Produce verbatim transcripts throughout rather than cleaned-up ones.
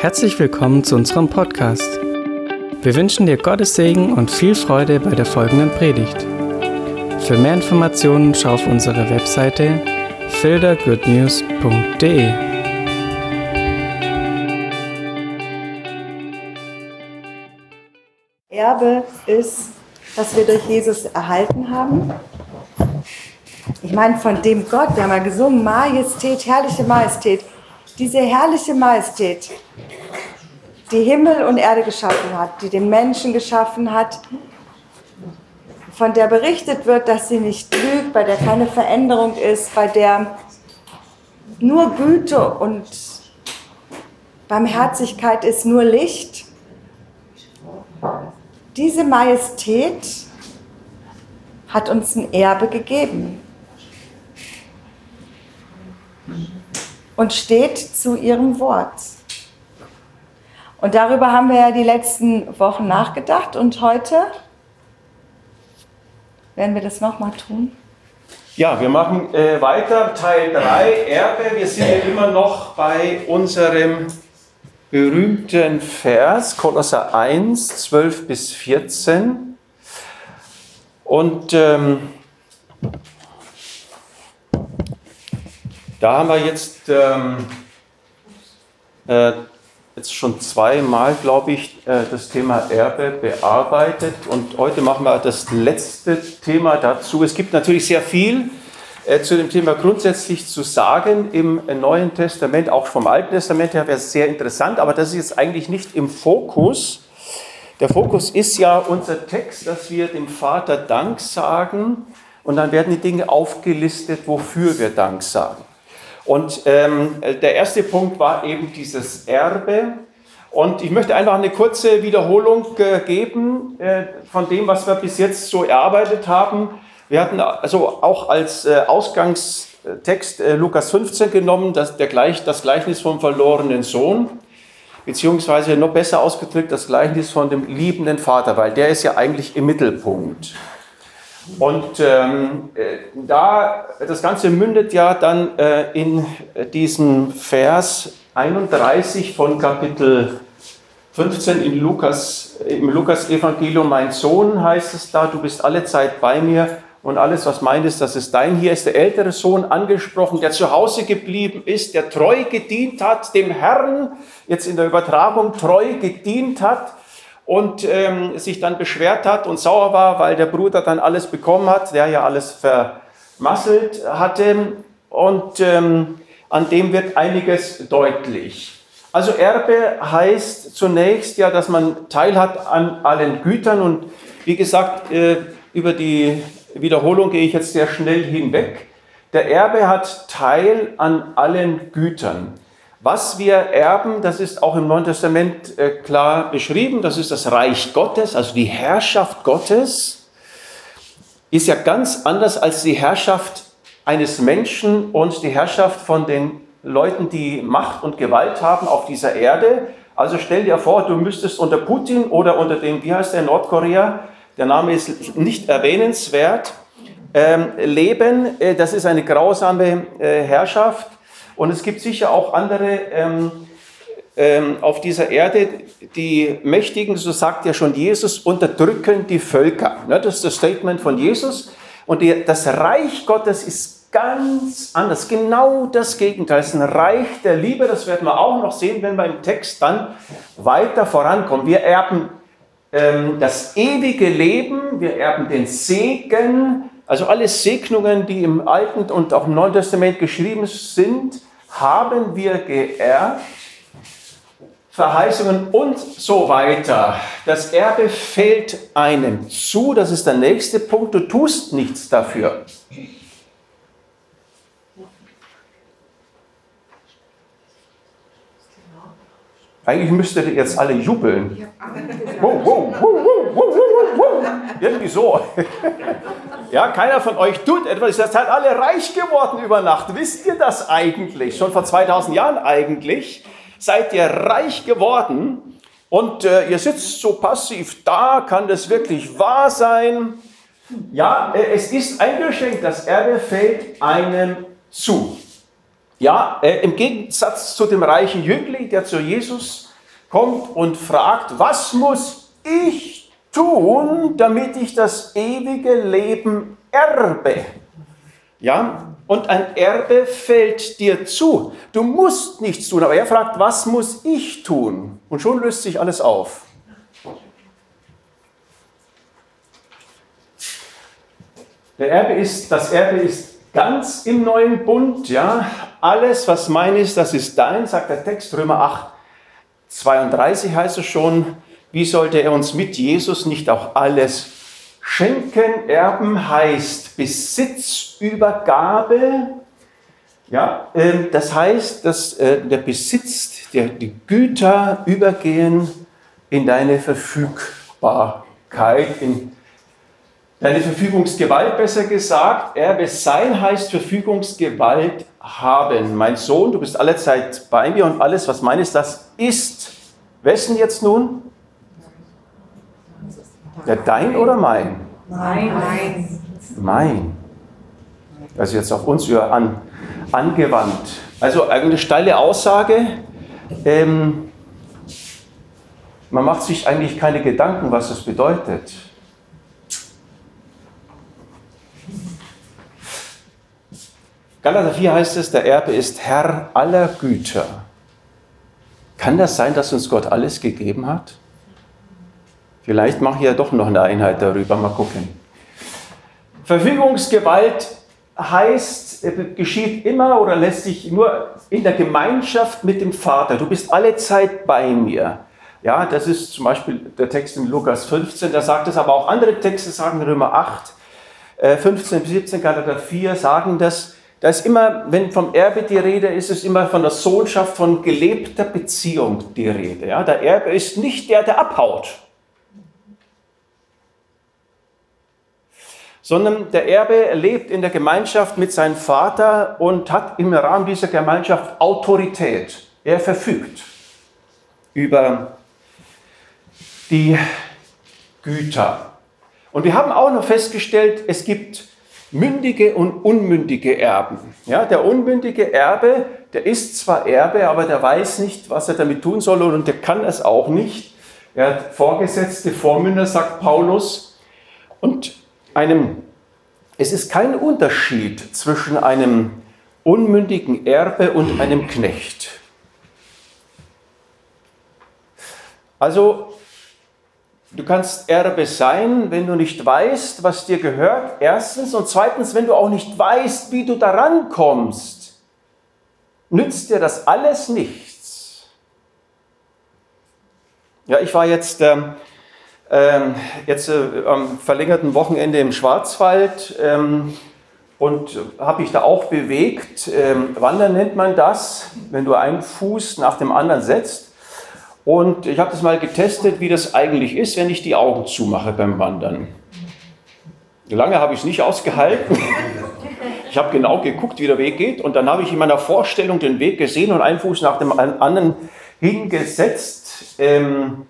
Herzlich willkommen zu unserem Podcast. Wir wünschen dir Gottes Segen und viel Freude bei der folgenden Predigt. Für mehr Informationen schau auf unsere Webseite fildergoodnews punkt de. Erbe ist, was wir durch Jesus erhalten haben. Ich meine, von dem Gott, wir haben ja gesungen, Majestät, herrliche Majestät. Diese herrliche Majestät, die Himmel und Erde geschaffen hat, die den Menschen geschaffen hat, von der berichtet wird, dass sie nicht lügt, bei der keine Veränderung ist, bei der nur Güte und Barmherzigkeit ist, nur Licht. Diese Majestät hat uns ein Erbe gegeben und steht zu ihrem Wort. Und darüber haben wir ja die letzten Wochen nachgedacht und heute werden wir das nochmal tun. Ja, wir machen äh, weiter, Teil drei, Erbe. Wir sind ja immer noch bei unserem berühmten Vers, Kolosser eins, zwölf bis vierzehn. Und ähm, da haben wir jetzt, ähm, äh, jetzt schon zweimal, glaube ich, äh, das Thema Erbe bearbeitet. Und heute machen wir das letzte Thema dazu. Es gibt natürlich sehr viel äh, zu dem Thema grundsätzlich zu sagen im Neuen Testament, auch vom Alten Testament her wäre es sehr interessant, aber das ist jetzt eigentlich nicht im Fokus. Der Fokus ist ja unser Text, dass wir dem Vater Dank sagen und dann werden die Dinge aufgelistet, wofür wir Dank sagen. Und ähm, der erste Punkt war eben dieses Erbe. Und ich möchte einfach eine kurze Wiederholung äh, geben äh, von dem, was wir bis jetzt so erarbeitet haben. Wir hatten also auch als äh, Ausgangstext äh, Lukas fünfzehn genommen, das, der Gleich, das Gleichnis vom verlorenen Sohn, beziehungsweise noch besser ausgedrückt das Gleichnis von dem liebenden Vater, weil der ist ja eigentlich im Mittelpunkt. Und ähm, da, das Ganze mündet ja dann äh, in diesem Vers einunddreißig von Kapitel fünfzehn in Lukas, im Lukas-Evangelium. Mein Sohn heißt es da, du bist alle Zeit bei mir und alles, was meint ist, das ist dein. Hier ist der ältere Sohn angesprochen, der zu Hause geblieben ist, der treu gedient hat, dem Herrn, jetzt in der Übertragung treu gedient hat. Und ähm, sich dann beschwert hat und sauer war, weil der Bruder dann alles bekommen hat, der ja alles vermasselt hatte. Und ähm, an dem wird einiges deutlich. Also Erbe heißt zunächst ja, dass man Teil hat an allen Gütern. Und wie gesagt, äh, über die Wiederholung gehe ich jetzt sehr schnell hinweg. Der Erbe hat Teil an allen Gütern. Was wir erben, das ist auch im Neuen Testament äh, klar beschrieben, das ist das Reich Gottes, also die Herrschaft Gottes, ist ja ganz anders als die Herrschaft eines Menschen und die Herrschaft von den Leuten, die Macht und Gewalt haben auf dieser Erde. Also stell dir vor, du müsstest unter Putin oder unter dem, wie heißt der, Nordkorea, der Name ist nicht erwähnenswert, ähm, leben. Äh, das ist eine grausame äh, Herrschaft. Und es gibt sicher auch andere ähm, ähm, auf dieser Erde, die Mächtigen, so sagt ja schon Jesus, unterdrücken die Völker. Ne, das ist das Statement von Jesus. Und die, das Reich Gottes ist ganz anders, genau das Gegenteil. Es ist ein Reich der Liebe, das werden wir auch noch sehen, wenn wir im Text dann weiter vorankommen. Wir erben ähm, das ewige Leben, wir erben den Segen. Also alle Segnungen, die im Alten und auch im Neuen Testament geschrieben sind, haben wir geerbt, Verheißungen und so weiter. Das Erbe fällt einem zu, das ist der nächste Punkt, du tust nichts dafür. Eigentlich müsstet ihr jetzt alle jubeln. Wow, wow, wow, wow, wow, wow. Irgendwie so. Ja, keiner von euch tut etwas. Ihr seid alle reich geworden über Nacht. Wisst ihr das eigentlich? Schon vor zweitausend Jahren eigentlich seid ihr reich geworden. Und äh, ihr sitzt so passiv da. Kann das wirklich wahr sein? Ja, äh, es ist ein Geschenk. Das Erbe fällt einem zu. Ja, äh, im Gegensatz zu dem reichen Jüngling, der zu Jesus kommt und fragt, was muss ich tun, damit ich das ewige Leben erbe? Ja, und ein Erbe fällt dir zu. Du musst nichts tun, aber er fragt, was muss ich tun? Und schon löst sich alles auf. Der Erbe ist, das Erbe ist ganz im neuen Bund. Ja? Alles, was mein ist, das ist dein, sagt der Text, Römer acht, zweiunddreißig heißt es schon. Wie sollte er uns mit Jesus nicht auch alles schenken? Erben heißt Besitzübergabe. Ja, äh, das heißt, dass äh, der Besitz, der, die Güter übergehen in deine Verfügbarkeit, in deine Verfügungsgewalt, besser gesagt. Erbe sein heißt Verfügungsgewalt haben. Mein Sohn, du bist allezeit bei mir und alles, was mein ist, das ist. Wessen jetzt nun? Ja, dein oder mein? Mein. Mein. Also jetzt auf uns an, angewandt. Also eine steile Aussage. Ähm, man macht sich eigentlich keine Gedanken, was das bedeutet. Galater vier heißt es, der Erbe ist Herr aller Güter. Kann das sein, dass uns Gott alles gegeben hat? Vielleicht mache ich ja doch noch eine Einheit darüber, mal gucken. Verfügungsgewalt heißt, geschieht immer oder lässt sich nur in der Gemeinschaft mit dem Vater. Du bist alle Zeit bei mir. Ja, das ist zum Beispiel der Text in Lukas fünfzehn, da sagt es, aber auch andere Texte sagen, Römer acht, fünfzehn bis siebzehn, Galater vier sagen das. Da ist immer, wenn vom Erbe die Rede ist, ist immer von der Sohnschaft, von gelebter Beziehung die Rede. Ja, der Erbe ist nicht der, der abhaut, sondern der Erbe lebt in der Gemeinschaft mit seinem Vater und hat im Rahmen dieser Gemeinschaft Autorität. Er verfügt über die Güter. Und wir haben auch noch festgestellt, es gibt mündige und unmündige Erben. Ja, der unmündige Erbe, der ist zwar Erbe, aber der weiß nicht, was er damit tun soll und der kann es auch nicht. Er hat Vorgesetzte, Vormünder, sagt Paulus. Und einem, es ist kein Unterschied zwischen einem unmündigen Erbe und einem Knecht. Also, du kannst Erbe sein, wenn du nicht weißt, was dir gehört, erstens. Und zweitens, wenn du auch nicht weißt, wie du daran kommst, nützt dir das alles nichts. Ja, ich war jetzt, ähm, ähm, jetzt äh, am verlängerten Wochenende im Schwarzwald ähm, und habe mich da auch bewegt. Ähm, Wandern nennt man das, wenn du einen Fuß nach dem anderen setzt. Und ich habe das mal getestet, wie das eigentlich ist, wenn ich die Augen zumache beim Wandern. Lange habe ich es nicht ausgehalten. Ich habe genau geguckt, wie der Weg geht. Und dann habe ich in meiner Vorstellung den Weg gesehen und einen Fuß nach dem anderen hingesetzt. Ähm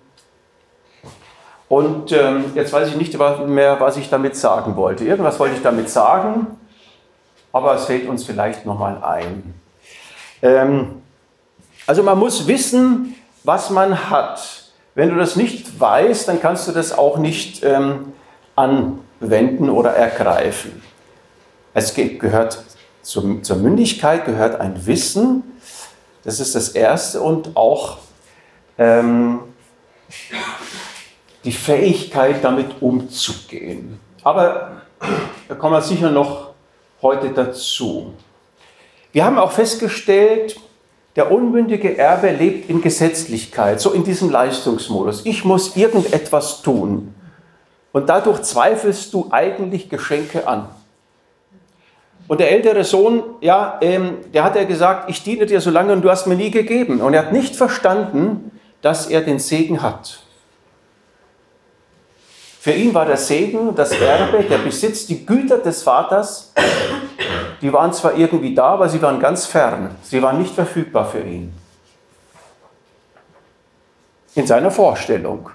und ähm, jetzt weiß ich nicht mehr, was ich damit sagen wollte. Irgendwas wollte ich damit sagen, aber es fällt uns vielleicht nochmal ein. Ähm also man muss wissen, was man hat. Wenn du das nicht weißt, dann kannst du das auch nicht ähm, anwenden oder ergreifen. Es gehört zum, zur Mündigkeit gehört ein Wissen, das ist das Erste, und auch ähm, die Fähigkeit, damit umzugehen. Aber da kommen wir sicher noch heute dazu. Wir haben auch festgestellt, der unmündige Erbe lebt in Gesetzlichkeit, so in diesem Leistungsmodus. Ich muss irgendetwas tun. Und dadurch zweifelst du eigentlich Geschenke an. Und der ältere Sohn, ja, ähm, der hat ja gesagt, ich diene dir so lange und du hast mir nie gegeben. Und er hat nicht verstanden, dass er den Segen hat. Für ihn war der Segen, das Erbe, der Besitz, die Güter des Vaters, die waren zwar irgendwie da, aber sie waren ganz fern. Sie waren nicht verfügbar für ihn. In seiner Vorstellung.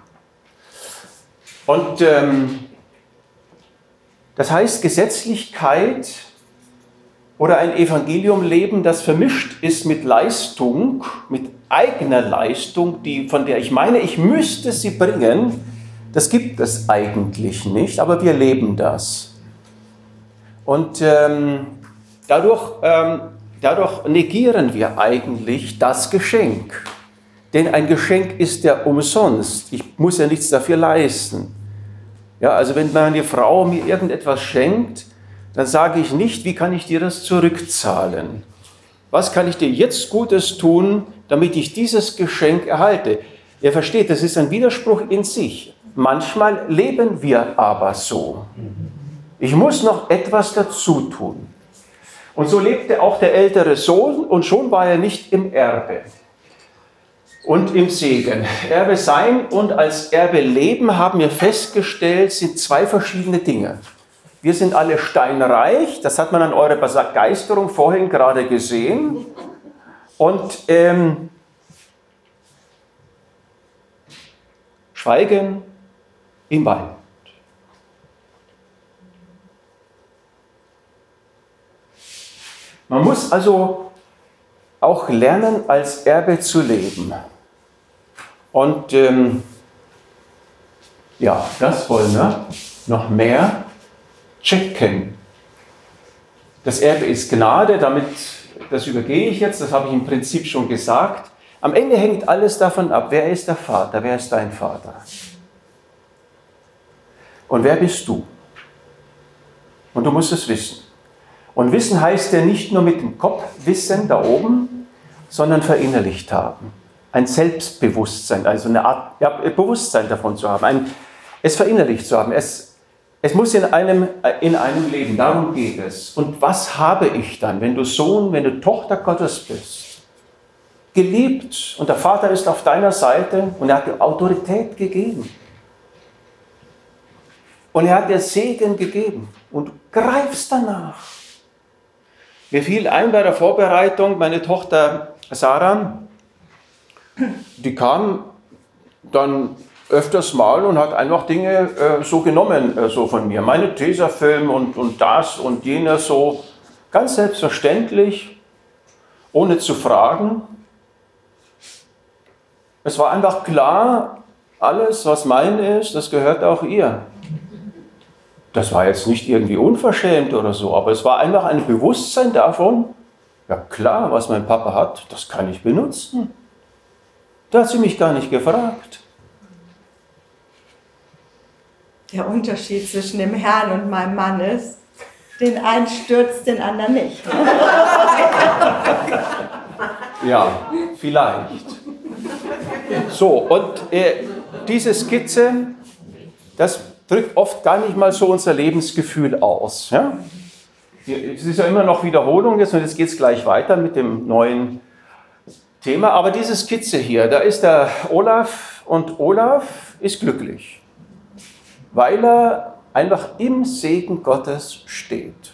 Und ähm, das heißt, Gesetzlichkeit oder ein Evangelium leben, das vermischt ist mit Leistung, mit eigener Leistung, die, von der ich meine, ich müsste sie bringen. Das gibt es eigentlich nicht, aber wir leben das. Und ähm, dadurch, ähm, dadurch negieren wir eigentlich das Geschenk. Denn ein Geschenk ist ja umsonst. Ich muss ja nichts dafür leisten. Ja, also wenn meine Frau mir irgendetwas schenkt, dann sage ich nicht, wie kann ich dir das zurückzahlen? Was kann ich dir jetzt Gutes tun, damit ich dieses Geschenk erhalte? Ihr versteht, das ist ein Widerspruch in sich. Manchmal leben wir aber so. Ich muss noch etwas dazu tun. Und so lebte auch der ältere Sohn und schon war er nicht im Erbe und im Segen. Erbe sein und als Erbe leben, haben wir festgestellt, sind zwei verschiedene Dinge. Wir sind alle steinreich, das hat man an eurer Begeisterung vorhin gerade gesehen. Und ähm, schweigen im Wald. Man muss also auch lernen, als Erbe zu leben. Und ähm, ja, das wollen wir noch mehr checken. Das Erbe ist Gnade, damit, das übergehe ich jetzt, das habe ich im Prinzip schon gesagt. Am Ende hängt alles davon ab, wer ist der Vater, wer ist dein Vater? Und wer bist du? Und du musst es wissen. Und Wissen heißt ja nicht nur mit dem Kopf wissen da oben, sondern verinnerlicht haben. Ein Selbstbewusstsein, also eine Art ja, Bewusstsein davon zu haben, ein, es verinnerlicht zu haben. Es, es muss in einem, in einem leben, darum geht es. Und was habe ich dann, wenn du Sohn, wenn du Tochter Gottes bist? Geliebt und der Vater ist auf deiner Seite und er hat dir Autorität gegeben. Und er hat dir Segen gegeben und du greifst danach. Mir fiel ein bei der Vorbereitung, meine Tochter Sarah, die kam dann öfters mal und hat einfach Dinge äh, so genommen, äh, so von mir. Meine Tesafilm und, und das und jenes so, ganz selbstverständlich, ohne zu fragen. Es war einfach klar, alles, was mein ist, das gehört auch ihr. Das war jetzt nicht irgendwie unverschämt oder so, aber es war einfach ein Bewusstsein davon, ja klar, was mein Papa hat, das kann ich benutzen. Da hat sie mich gar nicht gefragt. Der Unterschied zwischen dem Herrn und meinem Mann ist, den einen stürzt, den anderen nicht. Ja, vielleicht. So, und äh, diese Skizze, das drückt oft gar nicht mal so unser Lebensgefühl aus. Ja? Es ist ja immer noch Wiederholung jetzt und jetzt geht es gleich weiter mit dem neuen Thema. Aber diese Skizze hier, da ist der Olaf und Olaf ist glücklich, weil er einfach im Segen Gottes steht.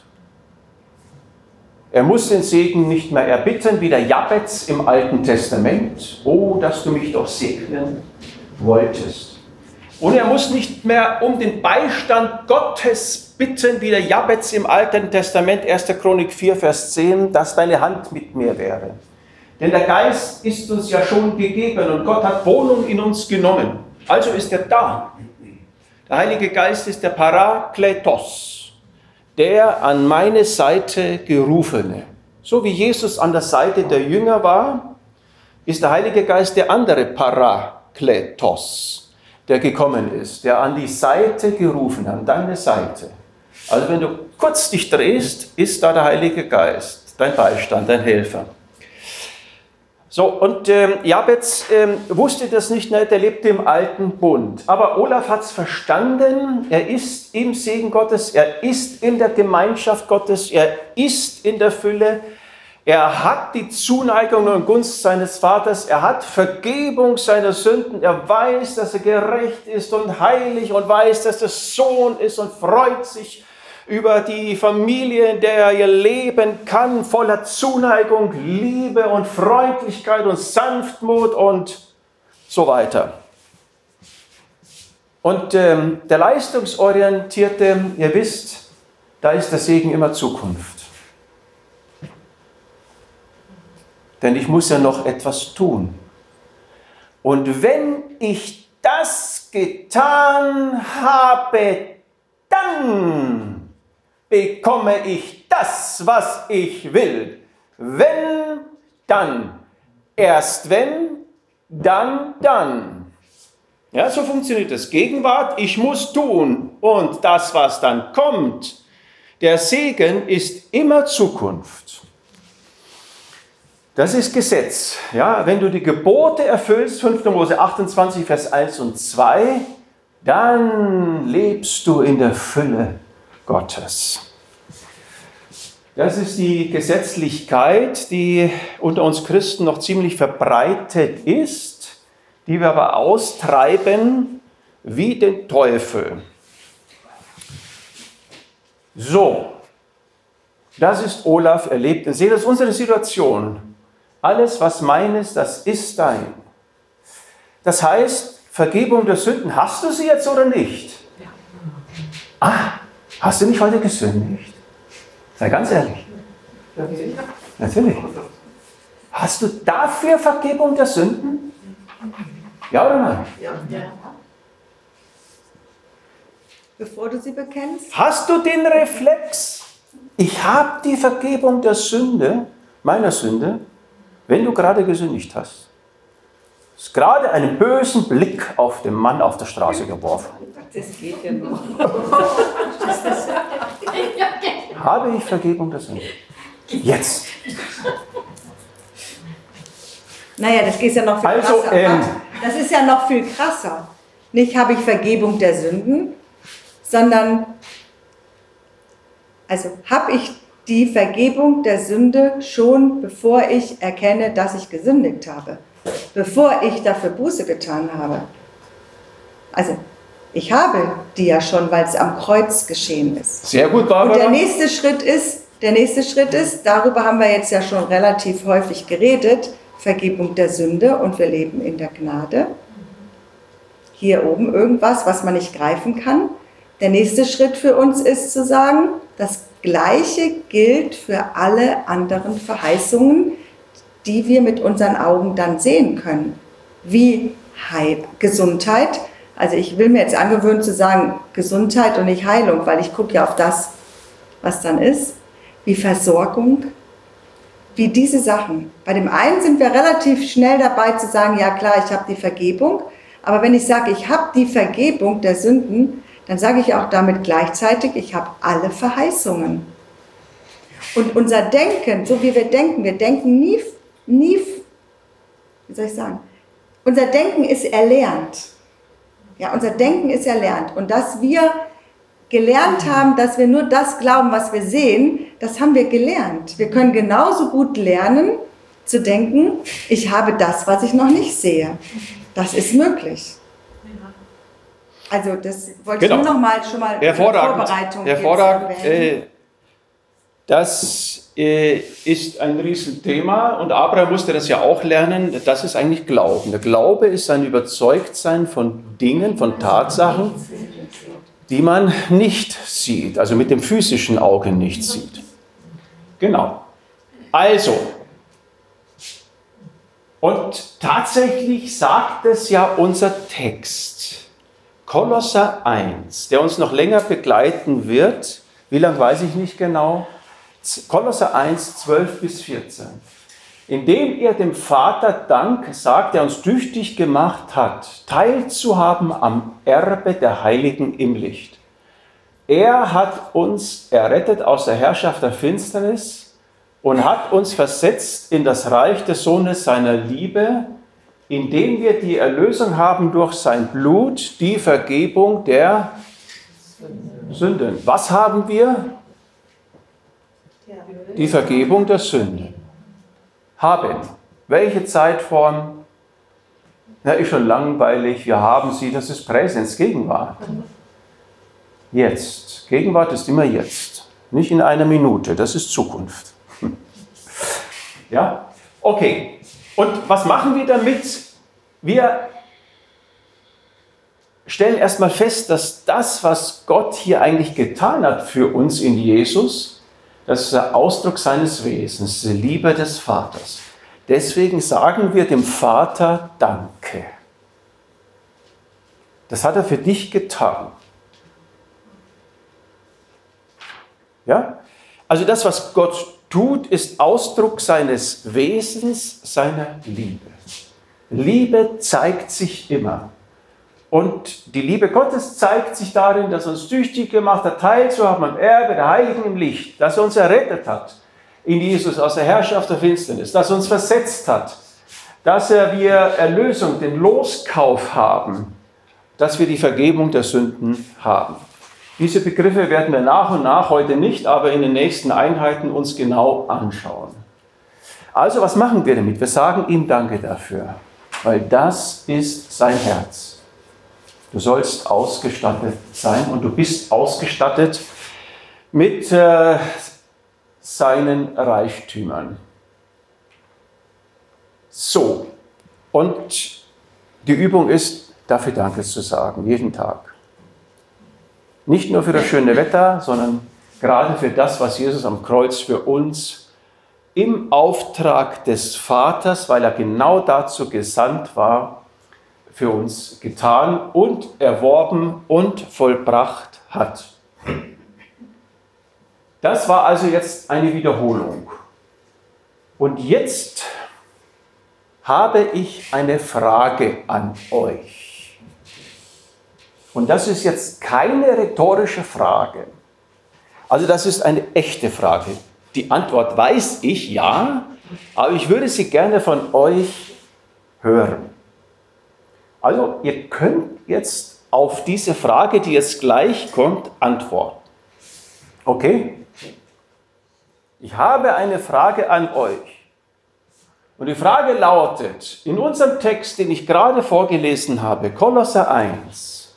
Er muss den Segen nicht mehr erbitten, wie der Jabez im Alten Testament. Oh, dass du mich doch segnen wolltest. Und er muss nicht mehr um den Beistand Gottes bitten, wie der Jabez im Alten Testament, erster Chronik vier, Vers zehn, dass deine Hand mit mir wäre. Denn der Geist ist uns ja schon gegeben und Gott hat Wohnung in uns genommen. Also ist er da. Der Heilige Geist ist der Parakletos, der an meine Seite gerufene. So wie Jesus an der Seite der Jünger war, ist der Heilige Geist der andere Parakletos, der gekommen ist, der an die Seite gerufen hat, an deine Seite. Also wenn du kurz dich drehst, ist da der Heilige Geist, dein Beistand, dein Helfer. So, und ähm, Jabez ähm, wusste das nicht, ne? Der lebte im alten Bund. Aber Olaf hat es verstanden, er ist im Segen Gottes, er ist in der Gemeinschaft Gottes, er ist in der Fülle. Er hat die Zuneigung und Gunst seines Vaters, er hat Vergebung seiner Sünden, er weiß, dass er gerecht ist und heilig und weiß, dass er Sohn ist und freut sich über die Familie, in der er leben kann, voller Zuneigung, Liebe und Freundlichkeit und Sanftmut und so weiter. Und ähm, der Leistungsorientierte, ihr wisst, da ist der Segen immer Zukunft. denn ich muss ja noch etwas tun. Und wenn ich das getan habe, dann bekomme ich das, was ich will. Wenn, dann. Erst wenn, dann, dann. Ja, so funktioniert das. Gegenwart, ich muss tun. Und das, was dann kommt, der Segen ist immer Zukunft. Das ist Gesetz. Ja, wenn du die Gebote erfüllst, fünfter Mose achtundzwanzig, Vers eins und zwei, dann lebst du in der Fülle Gottes. Das ist die Gesetzlichkeit, die unter uns Christen noch ziemlich verbreitet ist, die wir aber austreiben wie den Teufel. So, das ist Olaf erlebt. Seht, das ist unsere Situation. Alles, was mein ist, das ist dein. Das heißt, Vergebung der Sünden, hast du sie jetzt oder nicht? Ah, hast du nicht heute gesündigt? Sei ganz ehrlich. Natürlich. Hast du dafür Vergebung der Sünden? Ja oder nein? Ja. Bevor du sie bekennst? Hast du den Reflex? Ich habe die Vergebung der Sünde, meiner Sünde, wenn du gerade gesündigt hast. Du hast gerade einen bösen Blick auf den Mann auf der Straße geworfen. Das geht ja noch. Habe ich Vergebung der Sünde? Jetzt. Naja, das geht ja noch viel Also, krasser. ähm, das ist ja noch viel krasser. Nicht habe ich Vergebung der Sünden, sondern, also habe ich die Vergebung der Sünde schon, bevor ich erkenne, dass ich gesündigt habe. Bevor ich dafür Buße getan habe. Also, ich habe die ja schon, weil es am Kreuz geschehen ist. Sehr gut, Barbara. Und der nächste Schritt ist, der nächste Schritt ist, darüber haben wir jetzt ja schon relativ häufig geredet, Vergebung der Sünde und wir leben in der Gnade. Hier oben irgendwas, was man nicht greifen kann. Der nächste Schritt für uns ist zu sagen, das Gleiche gilt für alle anderen Verheißungen, die wir mit unseren Augen dann sehen können. Wie Heil, Gesundheit. Also ich will mir jetzt angewöhnen zu sagen Gesundheit und nicht Heilung, weil ich gucke ja auf das, was dann ist. Wie Versorgung, wie diese Sachen. Bei dem einen sind wir relativ schnell dabei zu sagen, ja klar, ich habe die Vergebung. Aber wenn ich sage, ich habe die Vergebung der Sünden, dann sage ich auch damit gleichzeitig, ich habe alle Verheißungen. Und unser Denken, so wie wir denken, wir denken nie, nie, wie soll ich sagen, unser Denken ist erlernt. Ja, unser Denken ist erlernt. Und dass wir gelernt haben, dass wir nur das glauben, was wir sehen, das haben wir gelernt. Wir können genauso gut lernen, zu denken, ich habe das, was ich noch nicht sehe. Das ist möglich. Also das wollte genau. ich nur noch mal schon mal in Vorbereitung Hervorragend. Äh, das äh, ist ein Riesenthema und Abraham musste das ja auch lernen. Das ist eigentlich Glauben. Der Glaube ist ein Überzeugtsein von Dingen, von Tatsachen, die man nicht sieht, also mit dem physischen Auge nicht sieht. Genau. Also, und tatsächlich sagt es ja unser Text, Kolosser eins, der uns noch länger begleiten wird, wie lange weiß ich nicht genau, Kolosser eins, zwölf bis vierzehn. Indem ihr dem Vater Dank sagt, der uns tüchtig gemacht hat, teilzuhaben am Erbe der Heiligen im Licht. Er hat uns errettet aus der Herrschaft der Finsternis und hat uns versetzt in das Reich des Sohnes seiner Liebe, indem wir die Erlösung haben durch sein Blut, die Vergebung der Sünden. Was haben wir? Die Vergebung der Sünden. Haben. Welche Zeitform? Na, ist schon langweilig. Wir haben sie, das ist Präsens, Gegenwart. Jetzt. Gegenwart ist immer jetzt. Nicht in einer Minute, das ist Zukunft. Ja? Okay. Und was machen wir damit? Wir stellen erstmal fest, dass das, was Gott hier eigentlich getan hat für uns in Jesus, das ist der Ausdruck seines Wesens, die Liebe des Vaters. Deswegen sagen wir dem Vater Danke. Das hat er für dich getan. Ja? Also das, was Gott tut, ist Ausdruck seines Wesens, seiner Liebe. Liebe zeigt sich immer. Und die Liebe Gottes zeigt sich darin, dass er uns tüchtig gemacht hat, teilzuhaben am Erbe der Heiligen im Licht, dass er uns errettet hat in Jesus aus der Herrschaft der Finsternis, dass er uns versetzt hat, dass er wir Erlösung, den Loskauf haben, dass wir die Vergebung der Sünden haben. Diese Begriffe werden wir nach und nach, heute nicht, aber in den nächsten Einheiten uns genau anschauen. Also, was machen wir damit? Wir sagen ihm Danke dafür, weil das ist sein Herz. Du sollst ausgestattet sein und du bist ausgestattet mit äh, seinen Reichtümern. So, und die Übung ist, dafür Danke zu sagen, jeden Tag. Nicht nur für das schöne Wetter, sondern gerade für das, was Jesus am Kreuz für uns im Auftrag des Vaters, weil er genau dazu gesandt war, für uns getan und erworben und vollbracht hat. Das war also jetzt eine Wiederholung. Und jetzt habe ich eine Frage an euch. Und das ist jetzt keine rhetorische Frage. Also das ist eine echte Frage. Die Antwort weiß ich, ja, aber ich würde sie gerne von euch hören. Also ihr könnt jetzt auf diese Frage, die jetzt gleich kommt, antworten. Okay? Ich habe eine Frage an euch. Und die Frage lautet, in unserem Text, den ich gerade vorgelesen habe, Kolosser eins,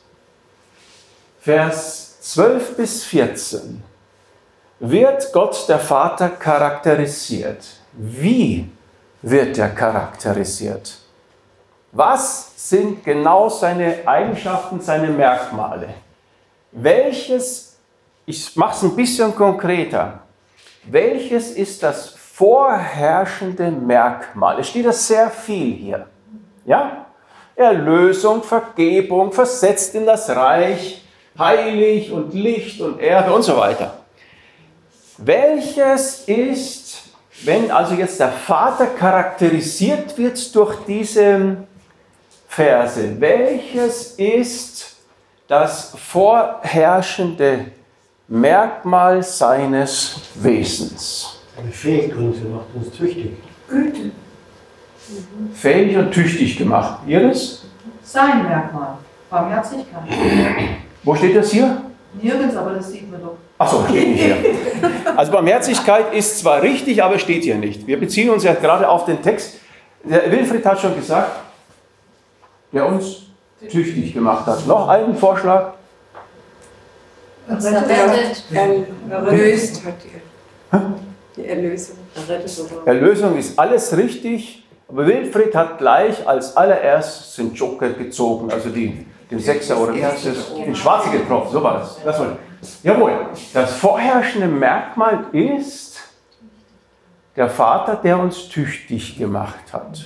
Vers zwölf bis vierzehn, wird Gott der Vater charakterisiert. Wie wird er charakterisiert? Was sind genau seine Eigenschaften, seine Merkmale? Welches, ich mache es ein bisschen konkreter, welches ist das vorherrschende Merkmal? Es steht das sehr viel hier. Ja? Erlösung, Vergebung, versetzt in das Reich, heilig und Licht und Erbe und so weiter. Welches ist, wenn also jetzt der Vater charakterisiert wird durch diese Verse, welches ist das vorherrschende Merkmal seines Wesens? Eine Fähigkeit, sie macht uns tüchtig. Güte. Fähig und tüchtig gemacht. Iris? Sein Merkmal. Barmherzigkeit. Wo steht das hier? Nirgends, aber das sieht man doch. Achso, steht nicht hier. Also Barmherzigkeit ist zwar richtig, aber steht hier nicht. Wir beziehen uns ja gerade auf den Text. Der Wilfried hat schon gesagt, der uns tüchtig gemacht hat. Noch einen Vorschlag? Uns errettet. Erlöst hat er. Die Erlösung. Erlösung ist alles richtig, aber Wilfried hat gleich als allererst den Joker gezogen, also die, den Sechser oder wie heißt das? Den Schwarze getroffen, so war das. das war, jawohl, das vorherrschende Merkmal ist der Vater, der uns tüchtig gemacht hat.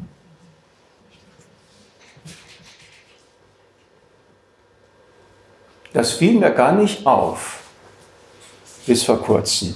Das fiel mir gar nicht auf, bis vor kurzem.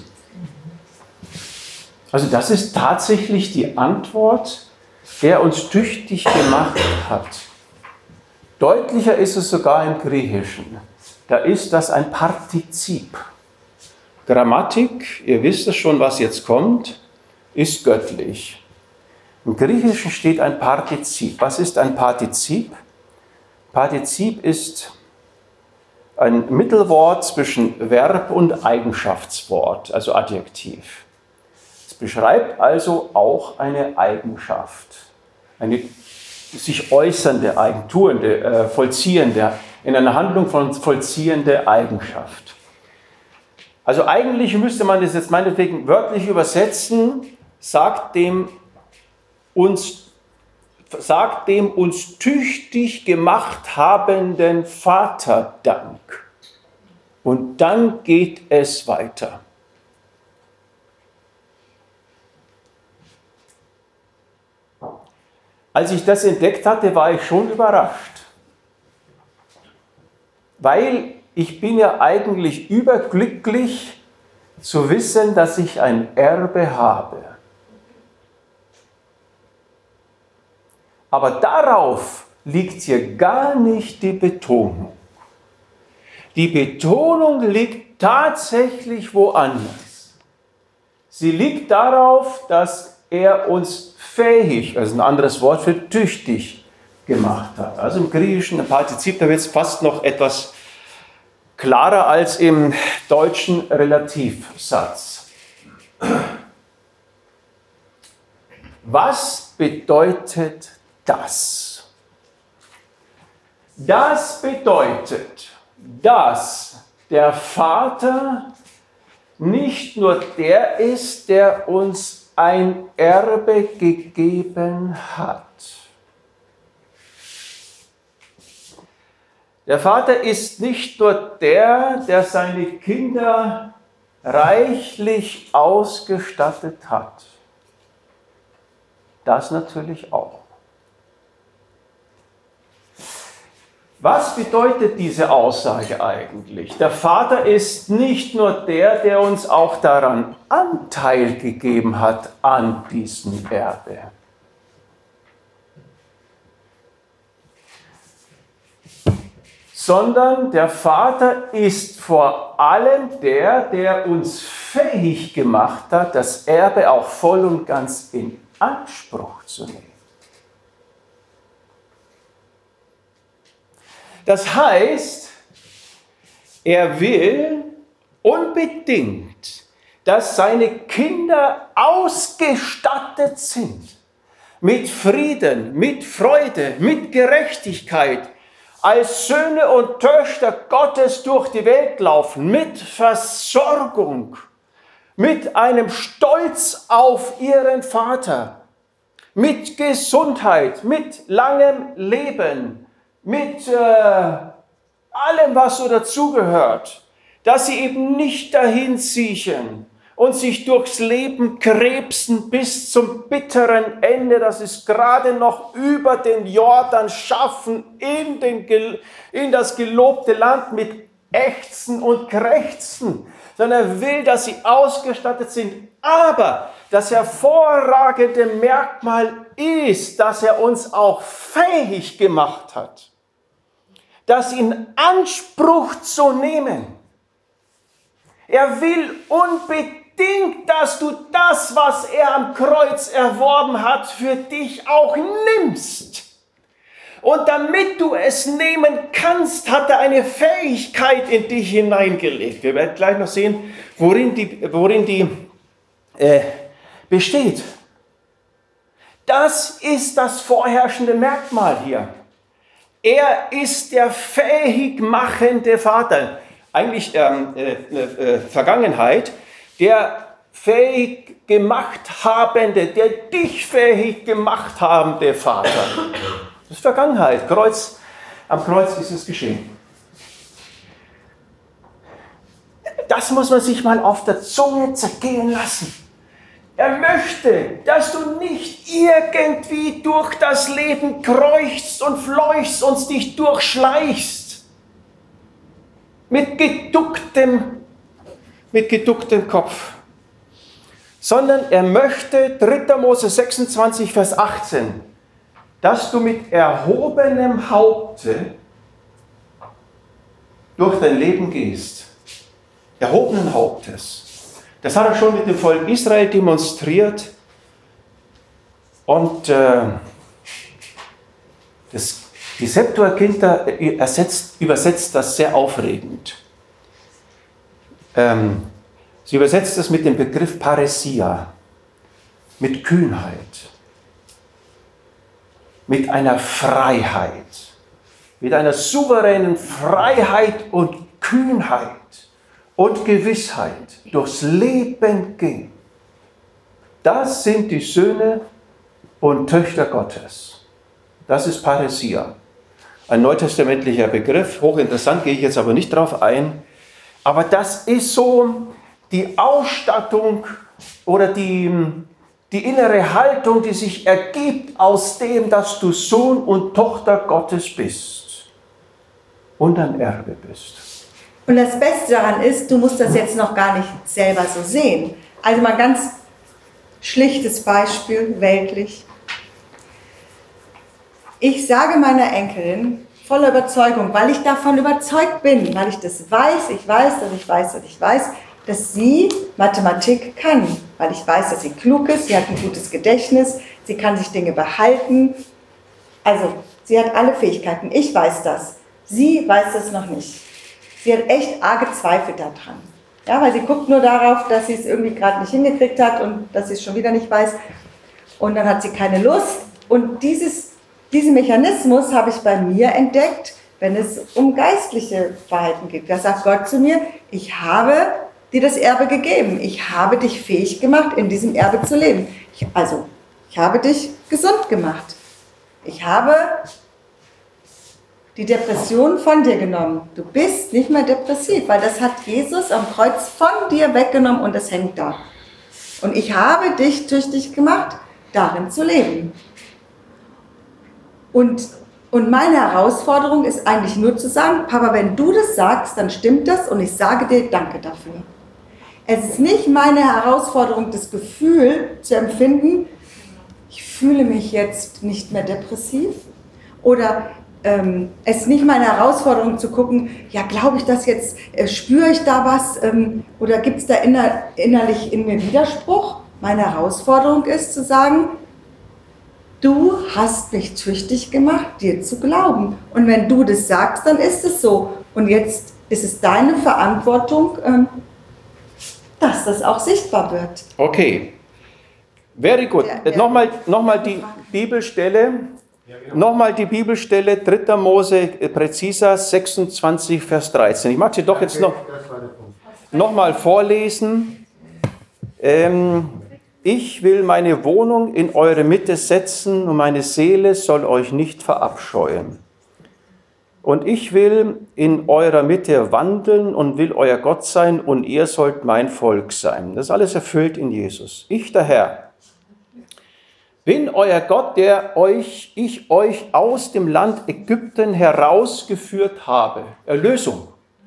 Also das ist tatsächlich die Antwort, der uns tüchtig gemacht hat. Deutlicher ist es sogar im Griechischen. Da ist das ein Partizip. Grammatik, ihr wisst es schon, was jetzt kommt, ist göttlich. Im Griechischen steht ein Partizip. Was ist ein Partizip? Partizip ist ein Mittelwort zwischen Verb und Eigenschaftswort, also Adjektiv. Es beschreibt also auch eine Eigenschaft, eine sich äußernde, tuende, äh, vollziehende, in einer Handlung von vollziehende Eigenschaft. Also eigentlich müsste man das jetzt meinetwegen wörtlich übersetzen, sagt dem uns, sagt dem uns tüchtig gemacht habenden Vater Dank. Und dann geht es weiter. Als ich das entdeckt hatte, war ich schon überrascht. Weil ich bin ja eigentlich überglücklich zu wissen, dass ich ein Erbe habe. Aber darauf liegt hier gar nicht die Betonung. Die Betonung liegt tatsächlich woanders. Sie liegt darauf, dass er uns fähig, also ein anderes Wort für tüchtig, gemacht hat. Also im griechischen Partizip, da wird es fast noch etwas klarer als im deutschen Relativsatz. Was bedeutet das? Das bedeutet, dass der Vater nicht nur der ist, der uns ein Erbe gegeben hat. Der Vater ist nicht nur der, der seine Kinder reichlich ausgestattet hat. Das natürlich auch. Was bedeutet diese Aussage eigentlich? Der Vater ist nicht nur der, der uns auch daran Anteil gegeben hat an diesem Erbe. Sondern der Vater ist vor allem der, der uns fähig gemacht hat, das Erbe auch voll und ganz in Anspruch zu nehmen. Das heißt, er will unbedingt, dass seine Kinder ausgestattet sind mit Frieden, mit Freude, mit Gerechtigkeit, als Söhne und Töchter Gottes durch die Welt laufen, mit Versorgung, mit einem Stolz auf ihren Vater, mit Gesundheit, mit langem Leben, mit äh, allem, was so dazugehört, dass sie eben nicht dahin siechen und sich durchs Leben krebsen bis zum bitteren Ende, dass sie es gerade noch über den Jordan schaffen, in, den, in das gelobte Land mit Ächzen und Krächzen, sondern er will, dass sie ausgestattet sind. Aber das hervorragende Merkmal ist, dass er uns auch fähig gemacht hat, das in Anspruch zu nehmen. Er will unbedingt, dass du das, was er am Kreuz erworben hat, für dich auch nimmst. Und damit du es nehmen kannst, hat er eine Fähigkeit in dich hineingelegt. Wir werden gleich noch sehen, worin die, worin die äh, besteht. Das ist das vorherrschende Merkmal hier. Er ist der fähig machende Vater. Eigentlich ähm, äh, äh, Vergangenheit, der fähig gemacht habende, der dich fähig gemacht habende Vater. Das ist Vergangenheit. Kreuz, am Kreuz ist es geschehen. Das muss man sich mal auf der Zunge zergehen lassen. Er möchte, dass du nicht irgendwie durch das Leben kreuchst und fleuchst und dich durchschleichst. Mit geducktem, mit geducktem Kopf. Sondern er möchte, dritter Mose sechsundzwanzig, Vers achtzehn, dass du mit erhobenem Haupte durch dein Leben gehst. Erhobenen Hauptes. Das hat er schon mit dem Volk Israel demonstriert. Und äh, das, die Septuaginta ersetzt, übersetzt das sehr aufregend. Ähm, sie übersetzt das mit dem Begriff Paresia, mit Kühnheit, mit einer Freiheit, mit einer souveränen Freiheit und Kühnheit und Gewissheit durchs Leben ging. Das sind die Söhne und Töchter Gottes. Das ist Paresia. Ein neutestamentlicher Begriff, hochinteressant, gehe ich jetzt aber nicht drauf ein. Aber das ist so die Ausstattung oder die, die innere Haltung, die sich ergibt aus dem, dass du Sohn und Tochter Gottes bist und ein Erbe bist. Und das Beste daran ist, du musst das jetzt noch gar nicht selber so sehen. Also mal ganz schlichtes Beispiel, weltlich. Ich sage meiner Enkelin voller Überzeugung, weil ich davon überzeugt bin, weil ich das weiß, ich weiß, dass ich weiß, dass ich weiß, dass sie Mathematik kann, weil ich weiß, dass sie klug ist, sie hat ein gutes Gedächtnis, sie kann sich Dinge behalten. Also, sie hat alle Fähigkeiten. Ich weiß das. Sie weiß das noch nicht. Sie hat echt arge Zweifel daran. Ja, weil sie guckt nur darauf, dass sie es irgendwie gerade nicht hingekriegt hat und dass sie es schon wieder nicht weiß. Und dann hat sie keine Lust. Und dieses, diesen Mechanismus habe ich bei mir entdeckt, wenn es um geistliche Verhalten geht. Da sagt Gott zu mir, ich habe dir das Erbe gegeben. Ich habe dich fähig gemacht, in diesem Erbe zu leben. Ich, also, ich habe dich gesund gemacht. Ich habe die Depression von dir genommen. Du bist nicht mehr depressiv, weil das hat Jesus am Kreuz von dir weggenommen und das hängt da. Und ich habe dich tüchtig gemacht, darin zu leben. Und, und meine Herausforderung ist eigentlich nur zu sagen, Papa, wenn du das sagst, dann stimmt das und ich sage dir Danke dafür. Es ist nicht meine Herausforderung, das Gefühl zu empfinden, ich fühle mich jetzt nicht mehr depressiv. Oder ähm, es ist nicht meine Herausforderung zu gucken, ja, glaube ich das jetzt, äh, spüre ich da was ähm, oder gibt es da inner, innerlich in mir Widerspruch? Meine Herausforderung ist zu sagen, du hast mich tüchtig gemacht, dir zu glauben. Und wenn du das sagst, dann ist es so. Und jetzt ist es deine Verantwortung, ähm, dass das auch sichtbar wird. Okay, very good. Nochmal noch mal die Bibelstelle, nochmal die Bibelstelle, dritter Mose, präziser sechsundzwanzig, Vers dreizehn. Ich mag sie doch jetzt noch, noch mal vorlesen. Ähm, ich will meine Wohnung in eure Mitte setzen und meine Seele soll euch nicht verabscheuen. Und ich will in eurer Mitte wandeln und will euer Gott sein und ihr sollt mein Volk sein. Das ist alles erfüllt in Jesus. Ich, der Herr, bin euer Gott, der euch, ich euch aus dem Land Ägypten herausgeführt habe. Erlösung.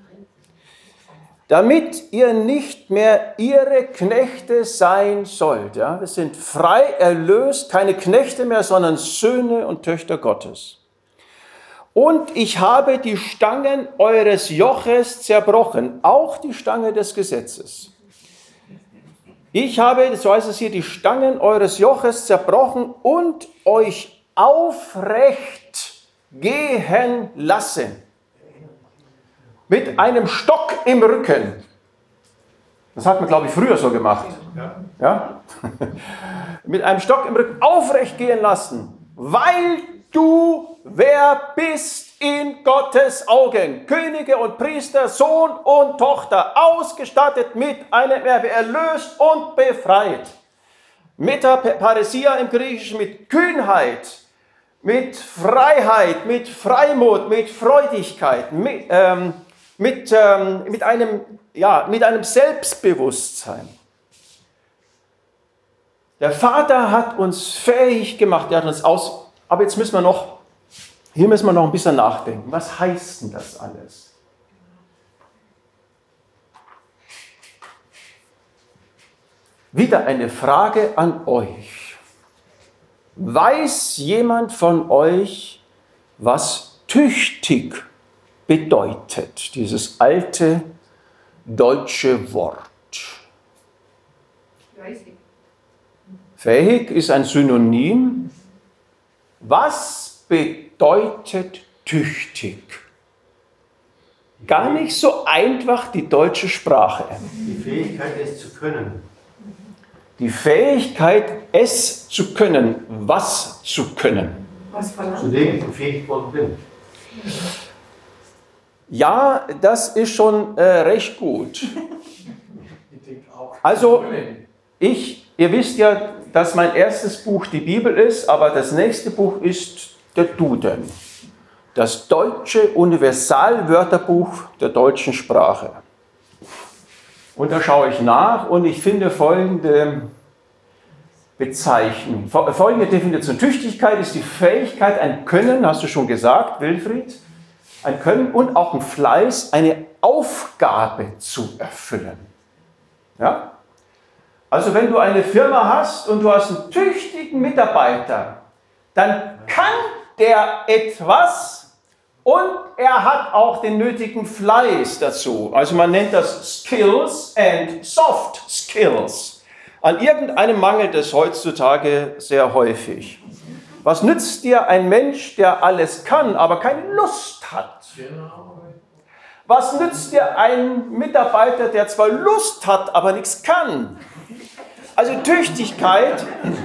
Damit ihr nicht mehr ihre Knechte sein sollt. Ja? Wir sind frei erlöst, keine Knechte mehr, sondern Söhne und Töchter Gottes. Und ich habe die Stangen eures Joches zerbrochen, auch die Stange des Gesetzes. Ich habe, so heißt es hier, die Stangen eures Joches zerbrochen und euch aufrecht gehen lassen. Mit einem Stock im Rücken. Das hat man, glaube ich, früher so gemacht. Ja? Ja? Mit einem Stock im Rücken aufrecht gehen lassen, weil du wer bist in Gottes Augen. Könige und Priester, Sohn und Tochter, ausgestattet mit einem Erbe, erlöst und befreit. Metaparesia im Griechischen, mit Kühnheit, mit Freiheit, mit Freimut, mit Freudigkeit, mit, ähm, mit, ähm, mit, einem, ja, mit einem Selbstbewusstsein. Der Vater hat uns fähig gemacht, er hat uns aus... Aber jetzt müssen wir noch, hier müssen wir noch ein bisschen nachdenken. Was heißt denn das alles? Wieder eine Frage an euch. Weiß jemand von euch, was tüchtig bedeutet? Dieses alte deutsche Wort. Fähig. Fähig ist ein Synonym. Was bedeutet tüchtig? Gar nicht so einfach die deutsche Sprache. Die Fähigkeit, es zu können. Die Fähigkeit, es zu können. Was zu können? Was verlangt? Zu dem ich befähigt worden bin. Ja, das ist schon äh, recht gut. Also, ich, ihr wisst ja, dass mein erstes Buch die Bibel ist, aber das nächste Buch ist der Duden. Das deutsche Universalwörterbuch der deutschen Sprache. Und da schaue ich nach und ich finde folgende bezeichnen. Folgende Definition. Tüchtigkeit ist die Fähigkeit, ein Können, hast du schon gesagt, Wilfried, ein Können und auch ein Fleiß, eine Aufgabe zu erfüllen. Ja? Also wenn du eine Firma hast und du hast einen tüchtigen Mitarbeiter, dann kann der etwas und er hat auch den nötigen Fleiß dazu. Also man nennt das Skills and Soft Skills. An irgendeinem mangelt es heutzutage sehr häufig. Was nützt dir ein Mensch, der alles kann, aber keine Lust hat? Was nützt dir ein Mitarbeiter, der zwar Lust hat, aber nichts kann? Also Tüchtigkeit,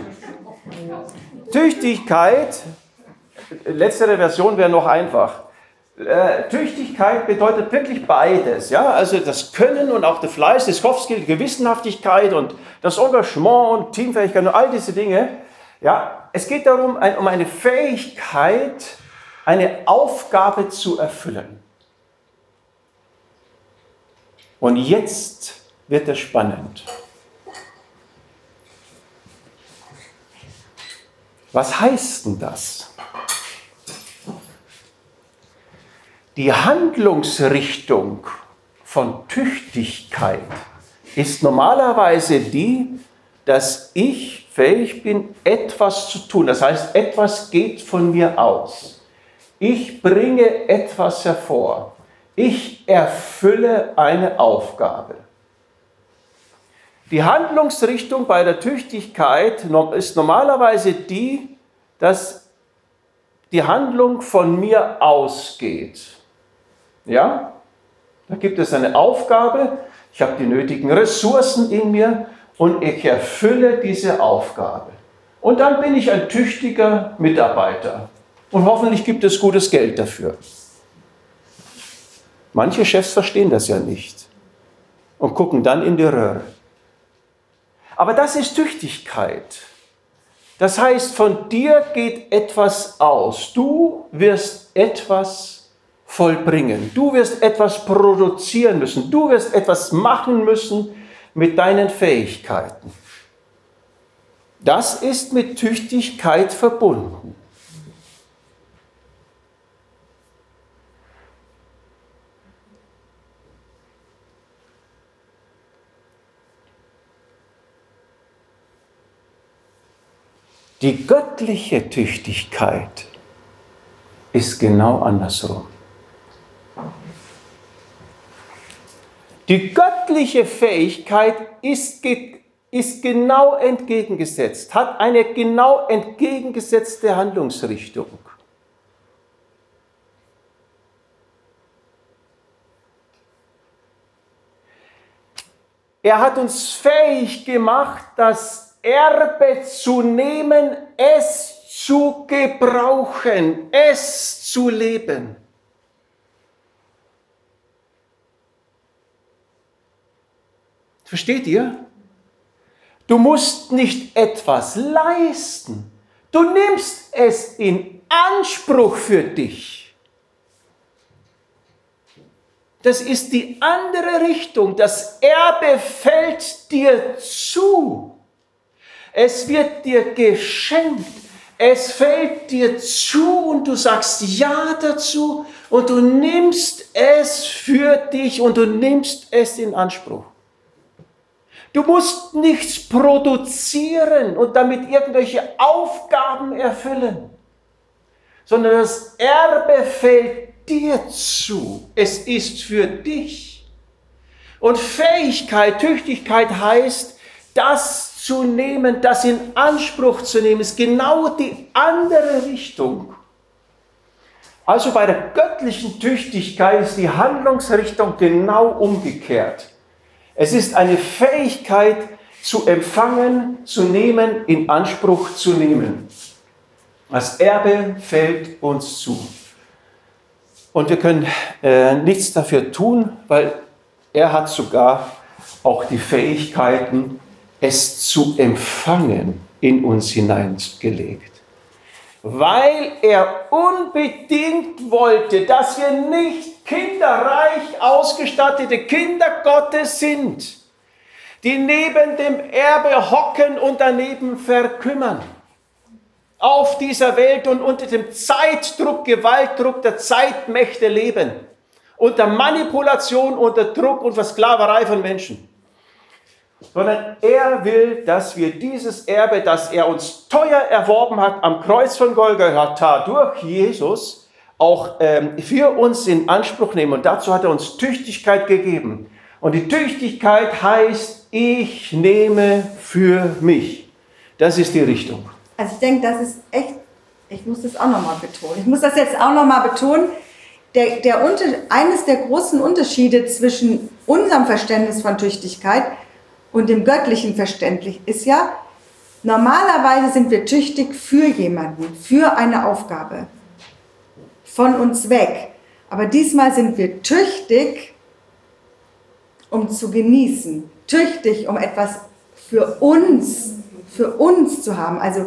Tüchtigkeit, letztere Version wäre noch einfach. Äh, Tüchtigkeit bedeutet wirklich beides. Ja? Also das Können und auch der Fleiß, das Soft-Skill, die Gewissenhaftigkeit und das Engagement und Teamfähigkeit und all diese Dinge. Ja? Es geht darum, ein, um eine Fähigkeit, eine Aufgabe zu erfüllen. Und jetzt wird es spannend. Was heißt denn das? Die Handlungsrichtung von Tüchtigkeit ist normalerweise die, dass ich fähig bin, etwas zu tun. Das heißt, etwas geht von mir aus. Ich bringe etwas hervor. Ich erfülle eine Aufgabe. Die Handlungsrichtung bei der Tüchtigkeit ist normalerweise die, dass die Handlung von mir ausgeht. Ja? Da gibt es eine Aufgabe, ich habe die nötigen Ressourcen in mir und ich erfülle diese Aufgabe. Und dann bin ich ein tüchtiger Mitarbeiter. Und hoffentlich gibt es gutes Geld dafür. Manche Chefs verstehen das ja nicht und gucken dann in die Röhre. Aber das ist Tüchtigkeit. Das heißt, von dir geht etwas aus. Du wirst etwas vollbringen. Du wirst etwas produzieren müssen. Du wirst etwas machen müssen mit deinen Fähigkeiten. Das ist mit Tüchtigkeit verbunden. Die göttliche Tüchtigkeit ist genau andersrum. Die göttliche Fähigkeit ist, ist genau entgegengesetzt, hat eine genau entgegengesetzte Handlungsrichtung. Er hat uns fähig gemacht, das Erbe zu nehmen, es zu gebrauchen, es zu leben. Versteht ihr? Du musst nicht etwas leisten. Du nimmst es in Anspruch für dich. Das ist die andere Richtung. Das Erbe fällt dir zu. Es wird dir geschenkt, es fällt dir zu und du sagst Ja dazu und du nimmst es für dich und du nimmst es in Anspruch. Du musst nichts produzieren und damit irgendwelche Aufgaben erfüllen, sondern das Erbe fällt dir zu. Es ist für dich. Und Fähigkeit, Tüchtigkeit heißt, das zu nehmen, das in Anspruch zu nehmen, ist genau die andere Richtung. Also bei der göttlichen Tüchtigkeit ist die Handlungsrichtung genau umgekehrt. Es ist eine Fähigkeit zu empfangen, zu nehmen, in Anspruch zu nehmen. Das Erbe fällt uns zu. Und wir können äh, nichts dafür tun, weil er hat sogar auch die Fähigkeiten, es zu empfangen, in uns hineingelegt. Weil er unbedingt wollte, dass wir nicht kinderreich ausgestattete Kinder Gottes sind, die neben dem Erbe hocken und daneben verkümmern. Auf dieser Welt und unter dem Zeitdruck, Gewaltdruck der Zeitmächte leben. Unter Manipulation, unter Druck und Versklaverei von Menschen. Sondern er will, dass wir dieses Erbe, das er uns teuer erworben hat, am Kreuz von Golgatha durch Jesus, auch ähm, für uns in Anspruch nehmen. Und dazu hat er uns Tüchtigkeit gegeben. Und die Tüchtigkeit heißt, ich nehme für mich. Das ist die Richtung. Also ich denke, das ist echt, ich muss das auch nochmal betonen. Ich muss das jetzt auch nochmal betonen. Der, der Unter, eines der großen Unterschiede zwischen unserem Verständnis von Tüchtigkeit und dem göttlichen Verständnis ist ja, normalerweise sind wir tüchtig für jemanden, für eine Aufgabe, von uns weg. Aber diesmal sind wir tüchtig, um zu genießen, tüchtig, um etwas für uns, für uns zu haben. Also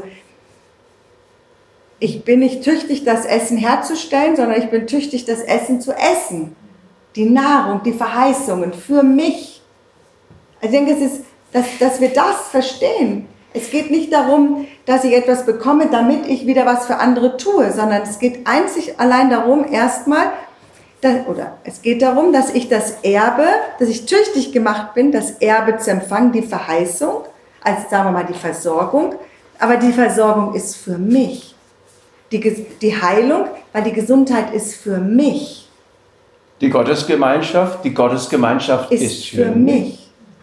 ich bin nicht tüchtig, das Essen herzustellen, sondern ich bin tüchtig, das Essen zu essen. Die Nahrung, die Verheißungen für mich. Ich denke, es ist, dass, dass wir das verstehen. Es geht nicht darum, dass ich etwas bekomme, damit ich wieder was für andere tue, sondern es geht einzig allein darum, erstmal, dass, oder es geht darum, dass ich das Erbe, dass ich tüchtig gemacht bin, das Erbe zu empfangen, die Verheißung, als sagen wir mal die Versorgung, aber die Versorgung ist für mich. Die, die Heilung, weil die Gesundheit ist für mich. Die Gottesgemeinschaft, die Gottesgemeinschaft ist, ist für, für mich. mich.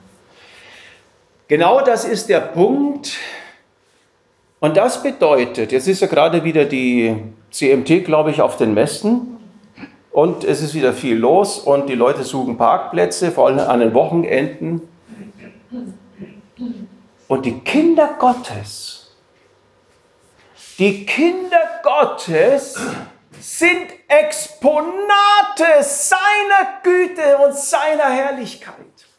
Genau das ist der Punkt. Und das bedeutet, jetzt ist ja gerade wieder die C M T, glaube ich, auf den Messen. Und es ist wieder viel los und die Leute suchen Parkplätze, vor allem an den Wochenenden. Und die Kinder Gottes, die Kinder Gottes sind Exponate seiner Güte und seiner Herrlichkeit.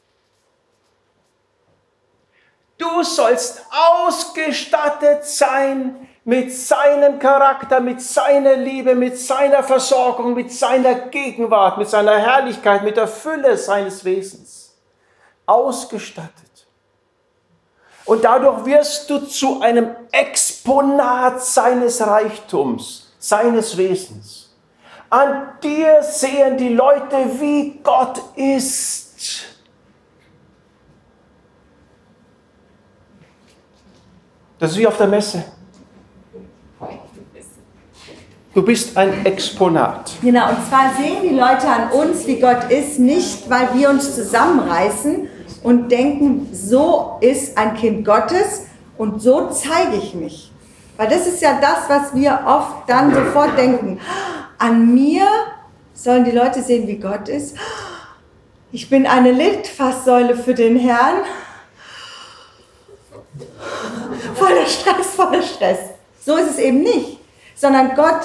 Du sollst ausgestattet sein mit seinem Charakter, mit seiner Liebe, mit seiner Versorgung, mit seiner Gegenwart, mit seiner Herrlichkeit, mit der Fülle seines Wesens. Ausgestattet. Und dadurch wirst du zu einem Exponat seines Reichtums, seines Wesens. An dir sehen die Leute, wie Gott ist. Das ist wie auf der Messe. Du bist ein Exponat. Genau, und zwar sehen die Leute an uns, wie Gott ist, nicht, weil wir uns zusammenreißen und denken, so ist ein Kind Gottes und so zeige ich mich. Weil das ist ja das, was wir oft dann sofort denken. An mir sollen die Leute sehen, wie Gott ist. Ich bin eine Litfaßsäule für den Herrn. Voller Stress, voller Stress. So ist es eben nicht. Sondern Gott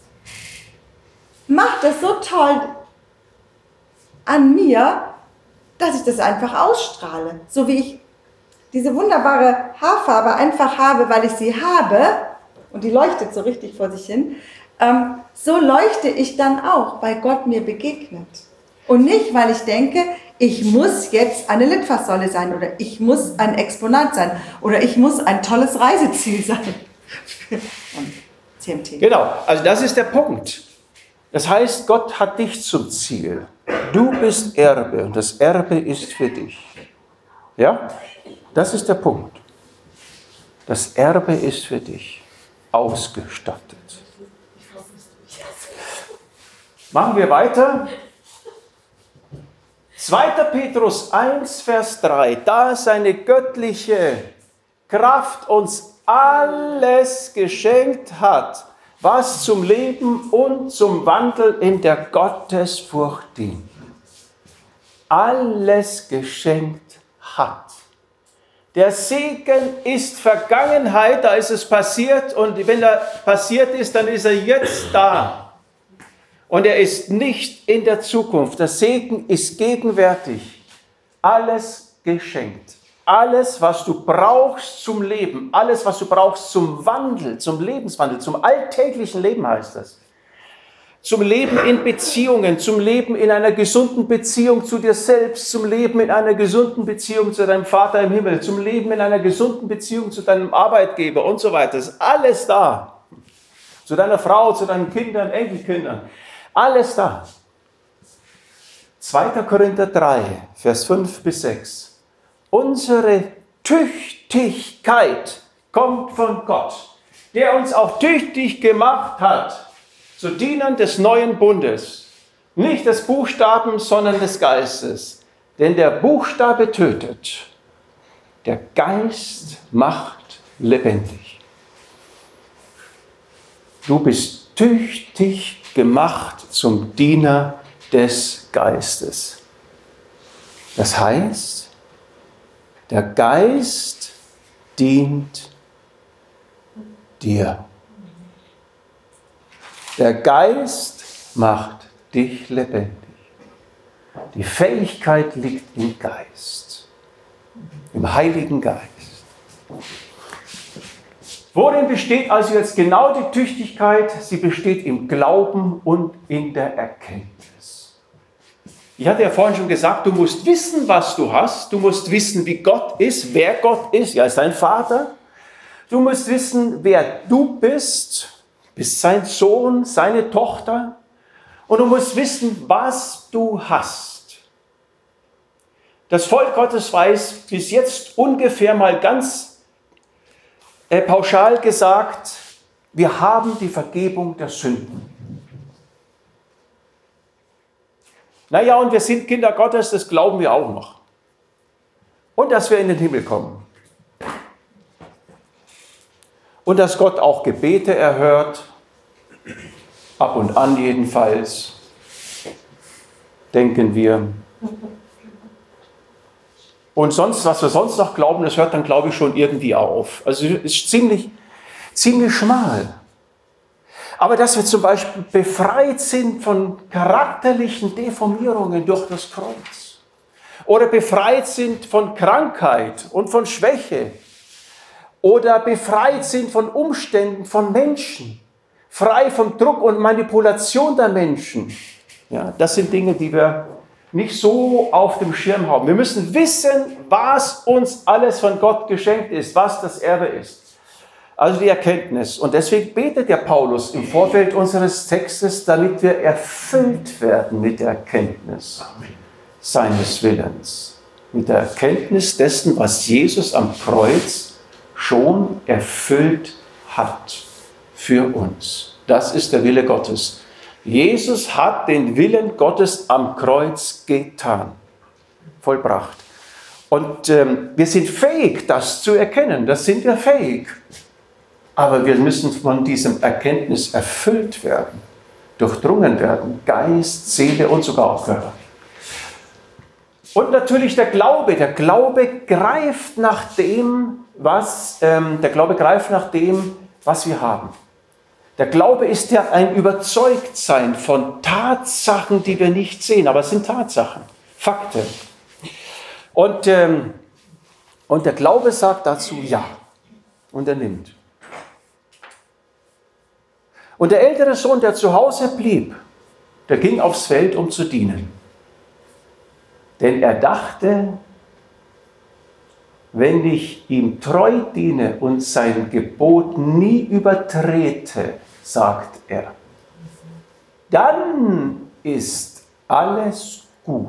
macht das so toll an mir, dass ich das einfach ausstrahle. So wie ich diese wunderbare Haarfarbe einfach habe, weil ich sie habe, und die leuchtet so richtig vor sich hin, ähm, so leuchte ich dann auch, weil Gott mir begegnet. Und nicht, weil ich denke, ich muss jetzt eine Litfaßsäule sein oder ich muss ein Exponat sein oder ich muss ein tolles Reiseziel sein. Und C M T. Genau, also das ist der Punkt. Das heißt, Gott hat dich zum Ziel. Du bist Erbe und das Erbe ist für dich. Ja, das ist der Punkt. Das Erbe ist für dich ausgestattet. Machen wir weiter. zweiter Petrus eins, Vers drei. Da seine göttliche Kraft uns alles geschenkt hat, was zum Leben und zum Wandel in der Gottesfurcht dient. Alles geschenkt hat. Der Segen ist Vergangenheit, da ist es passiert und wenn er passiert ist, dann ist er jetzt da. Und er ist nicht in der Zukunft. Der Segen ist gegenwärtig. Alles geschenkt. Alles, was du brauchst zum Leben, alles, was du brauchst zum Wandel, zum Lebenswandel, zum alltäglichen Leben heißt das. zum Leben in Beziehungen, zum Leben in einer gesunden Beziehung zu dir selbst, zum Leben in einer gesunden Beziehung zu deinem Vater im Himmel, zum Leben in einer gesunden Beziehung zu deinem Arbeitgeber und so weiter. Das ist alles da. Zu deiner Frau, zu deinen Kindern, Enkelkindern. Alles da. zweiter Korinther drei, Vers fünf bis sechs. Unsere Tüchtigkeit kommt von Gott, der uns auch tüchtig gemacht hat zu Dienern des neuen Bundes, nicht des Buchstabens, sondern des Geistes. Denn der Buchstabe tötet, der Geist macht lebendig. Du bist tüchtig gemacht zum Diener des Geistes. Das heißt, der Geist dient dir. Der Geist macht dich lebendig. Die Fähigkeit liegt im Geist, im Heiligen Geist. Worin besteht also jetzt genau die Tüchtigkeit? Sie besteht im Glauben und in der Erkenntnis. Ich hatte ja vorhin schon gesagt, du musst wissen, was du hast. Du musst wissen, wie Gott ist, wer Gott ist. Er ist dein Vater. Du musst wissen, wer du bist. Du bist sein Sohn, seine Tochter. Und du musst wissen, was du hast. Das Volk Gottes weiß bis jetzt ungefähr mal ganz äh, pauschal gesagt, wir haben die Vergebung der Sünden. Naja, und wir sind Kinder Gottes, das glauben wir auch noch. Und dass wir in den Himmel kommen. Und dass Gott auch Gebete erhört, ab und an jedenfalls, denken wir. Und sonst, was wir sonst noch glauben, das hört dann, glaube ich, schon irgendwie auf. Also es ist ziemlich, ziemlich schmal. Aber dass wir zum Beispiel befreit sind von charakterlichen Deformierungen durch das Kreuz. Oder befreit sind von Krankheit und von Schwäche. Oder befreit sind von Umständen, von Menschen. Frei vom Druck und Manipulation der Menschen. Ja, das sind Dinge, die wir nicht so auf dem Schirm haben. Wir müssen wissen, was uns alles von Gott geschenkt ist, was das Erbe ist. Also die Erkenntnis. Und deswegen betet der Paulus im Vorfeld unseres Textes, damit wir erfüllt werden mit der Erkenntnis seines Willens. Mit der Erkenntnis dessen, was Jesus am Kreuz schon erfüllt hat für uns. Das ist der Wille Gottes. Jesus hat den Willen Gottes am Kreuz getan, vollbracht. Und ähm, wir sind fähig, das zu erkennen. Das sind wir fähig. Aber wir müssen von diesem Erkenntnis erfüllt werden, durchdrungen werden, Geist, Seele und sogar auch Körper. Und natürlich der Glaube. Der Glaube greift nach dem, was ähm, der Glaube greift nach dem, was wir haben. Der Glaube ist ja ein Überzeugtsein von Tatsachen, die wir nicht sehen, aber es sind Tatsachen, Fakten. Und, ähm, und der Glaube sagt dazu ja und er nimmt. Und der ältere Sohn, der zu Hause blieb, der ging aufs Feld, um zu dienen. Denn er dachte, wenn ich ihm treu diene und sein Gebot nie übertrete, sagt er, dann ist alles gut.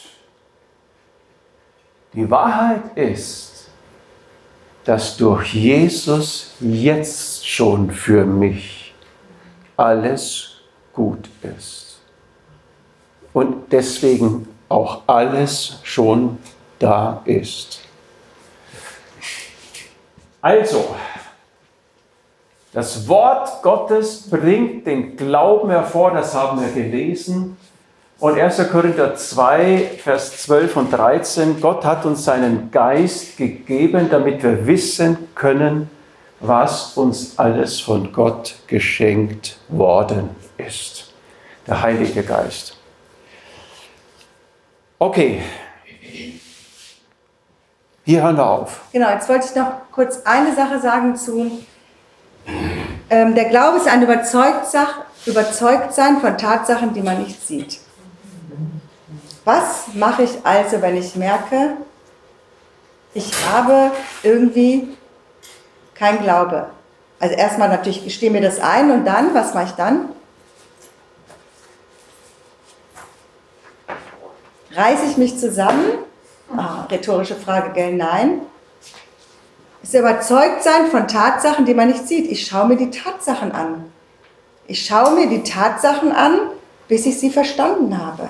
Die Wahrheit ist, dass durch Jesus jetzt schon für mich alles gut ist. Und deswegen auch alles schon da ist. Also, das Wort Gottes bringt den Glauben hervor, das haben wir gelesen. Und erster Korinther zwei, Vers zwölf und dreizehn, Gott hat uns seinen Geist gegeben, damit wir wissen können, was uns alles von Gott geschenkt worden ist. Der Heilige Geist. Okay, hier hören wir auf. Genau, jetzt wollte ich noch kurz eine Sache sagen zu Ähm, der Glaube ist ein Überzeugtsach- Überzeugtsein von Tatsachen, die man nicht sieht. Was mache ich also, wenn ich merke, ich habe irgendwie kein Glaube? Also erstmal natürlich, ich gestehe mir das ein und dann, was mache ich dann? Reiße ich mich zusammen? Ah, rhetorische Frage, gell? Nein. Es ist Überzeugtsein von Tatsachen, die man nicht sieht. Ich schaue mir die Tatsachen an. Ich schaue mir die Tatsachen an, bis ich sie verstanden habe.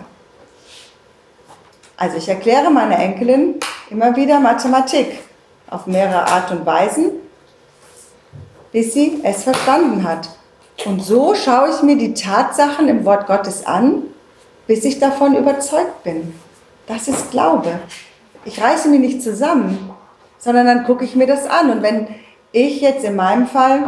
Also ich erkläre meiner Enkelin immer wieder Mathematik auf mehrere Art und Weisen, bis sie es verstanden hat. Und so schaue ich mir die Tatsachen im Wort Gottes an, bis ich davon überzeugt bin. Das ist Glaube. Ich reiße mich nicht zusammen, sondern dann gucke ich mir das an. Und wenn ich jetzt in meinem Fall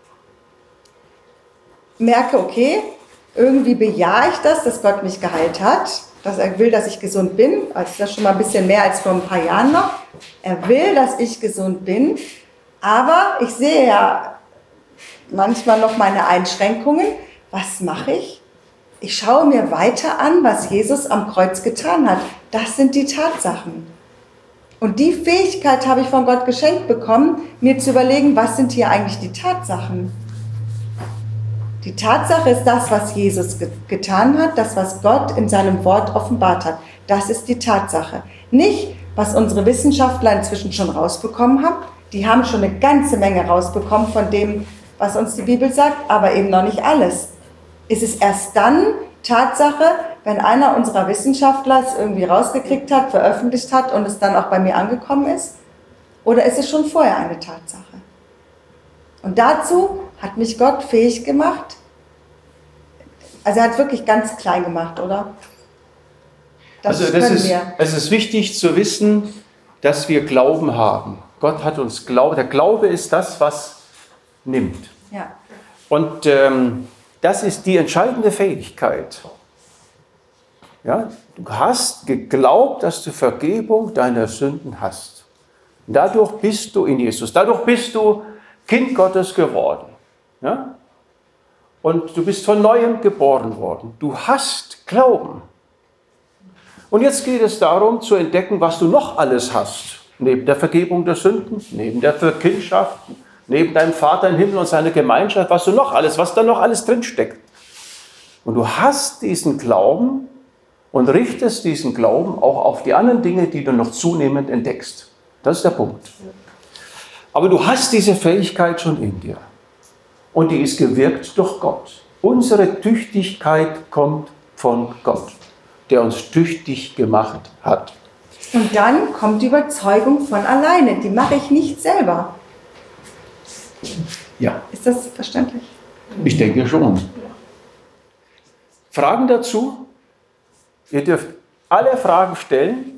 merke, okay, irgendwie bejahe ich das, dass Gott mich geheilt hat, dass er will, dass ich gesund bin, also das ist schon mal ein bisschen mehr als vor ein paar Jahren noch. Er will, dass ich gesund bin, aber ich sehe ja manchmal noch meine Einschränkungen. Was mache ich? Ich schaue mir weiter an, was Jesus am Kreuz getan hat. Das sind die Tatsachen. Und die Fähigkeit habe ich von Gott geschenkt bekommen, mir zu überlegen, was sind hier eigentlich die Tatsachen? Die Tatsache ist das, was Jesus ge- getan hat, das, was Gott in seinem Wort offenbart hat. Das ist die Tatsache. Nicht, was unsere Wissenschaftler inzwischen schon rausbekommen haben. Die haben schon eine ganze Menge rausbekommen von dem, was uns die Bibel sagt, aber eben noch nicht alles. Ist es erst dann Tatsache, wenn einer unserer Wissenschaftler es irgendwie rausgekriegt hat, veröffentlicht hat und es dann auch bei mir angekommen ist? Oder ist es schon vorher eine Tatsache? Und dazu hat mich Gott fähig gemacht. Also er hat wirklich ganz klein gemacht, oder? Das also das können ist, wir. es ist wichtig zu wissen, dass wir Glauben haben. Gott hat uns Glauben. Der Glaube ist das, was nimmt. Ja. Und ähm, das ist die entscheidende Fähigkeit. Ja, du hast geglaubt, dass du Vergebung deiner Sünden hast. Dadurch bist du in Jesus. Dadurch bist du Kind Gottes geworden. Ja? Und du bist von Neuem geboren worden. Du hast Glauben. Und jetzt geht es darum, zu entdecken, was du noch alles hast. Neben der Vergebung der Sünden, neben der Kindschaft, neben deinem Vater im Himmel und seiner Gemeinschaft, was du noch alles, was da noch alles drinsteckt. Und du hast diesen Glauben und richtest diesen Glauben auch auf die anderen Dinge, die du noch zunehmend entdeckst. Das ist der Punkt. Aber du hast diese Fähigkeit schon in dir. Und die ist gewirkt durch Gott. Unsere Tüchtigkeit kommt von Gott, der uns tüchtig gemacht hat. Und dann kommt die Überzeugung von alleine. Die mache ich nicht selber. Ja. Ist das verständlich? Ich denke schon. Fragen dazu? Ihr dürft alle Fragen stellen.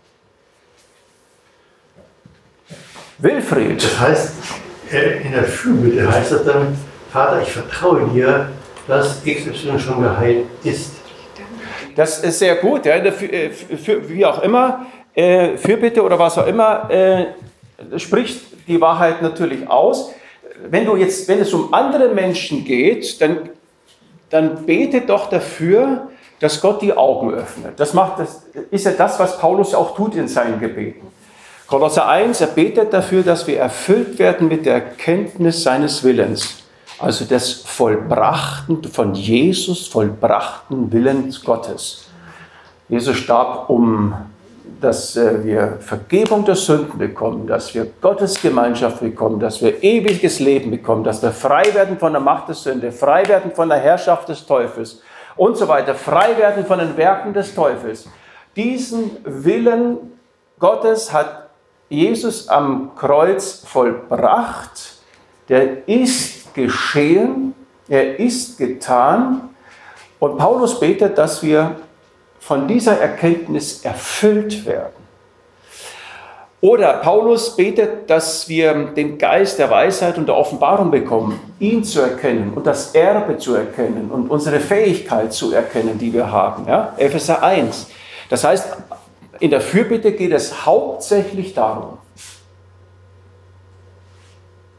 Wilfried. Das heißt, in der Fürbitte heißt das dann, Vater, ich vertraue dir, dass X Y schon geheilt ist. Das ist sehr gut, ja, für, für, wie auch immer, äh, Fürbitte oder was auch immer, äh, spricht die Wahrheit natürlich aus. Wenn du jetzt, wenn es um andere Menschen geht, dann, dann bete doch dafür, dass Gott die Augen öffnet. Das macht, das ist ja das, was Paulus auch tut in seinen Gebeten. Kolosser eins, er betet dafür, dass wir erfüllt werden mit der Erkenntnis seines Willens. Also des vollbrachten, von Jesus vollbrachten Willens Gottes. Jesus starb, um, dass wir Vergebung der Sünden bekommen, dass wir Gottes Gemeinschaft bekommen, dass wir ewiges Leben bekommen, dass wir frei werden von der Macht der Sünde, frei werden von der Herrschaft des Teufels und so weiter, frei werden von den Werken des Teufels. Diesen Willen Gottes hat Jesus am Kreuz vollbracht, der ist geschehen, er ist getan. Und Paulus betet, dass wir von dieser Erkenntnis erfüllt werden. Oder Paulus betet, dass wir den Geist der Weisheit und der Offenbarung bekommen, ihn zu erkennen und das Erbe zu erkennen und unsere Fähigkeit zu erkennen, die wir haben. Ja? Epheser eins. Das heißt, in der Fürbitte geht es hauptsächlich darum,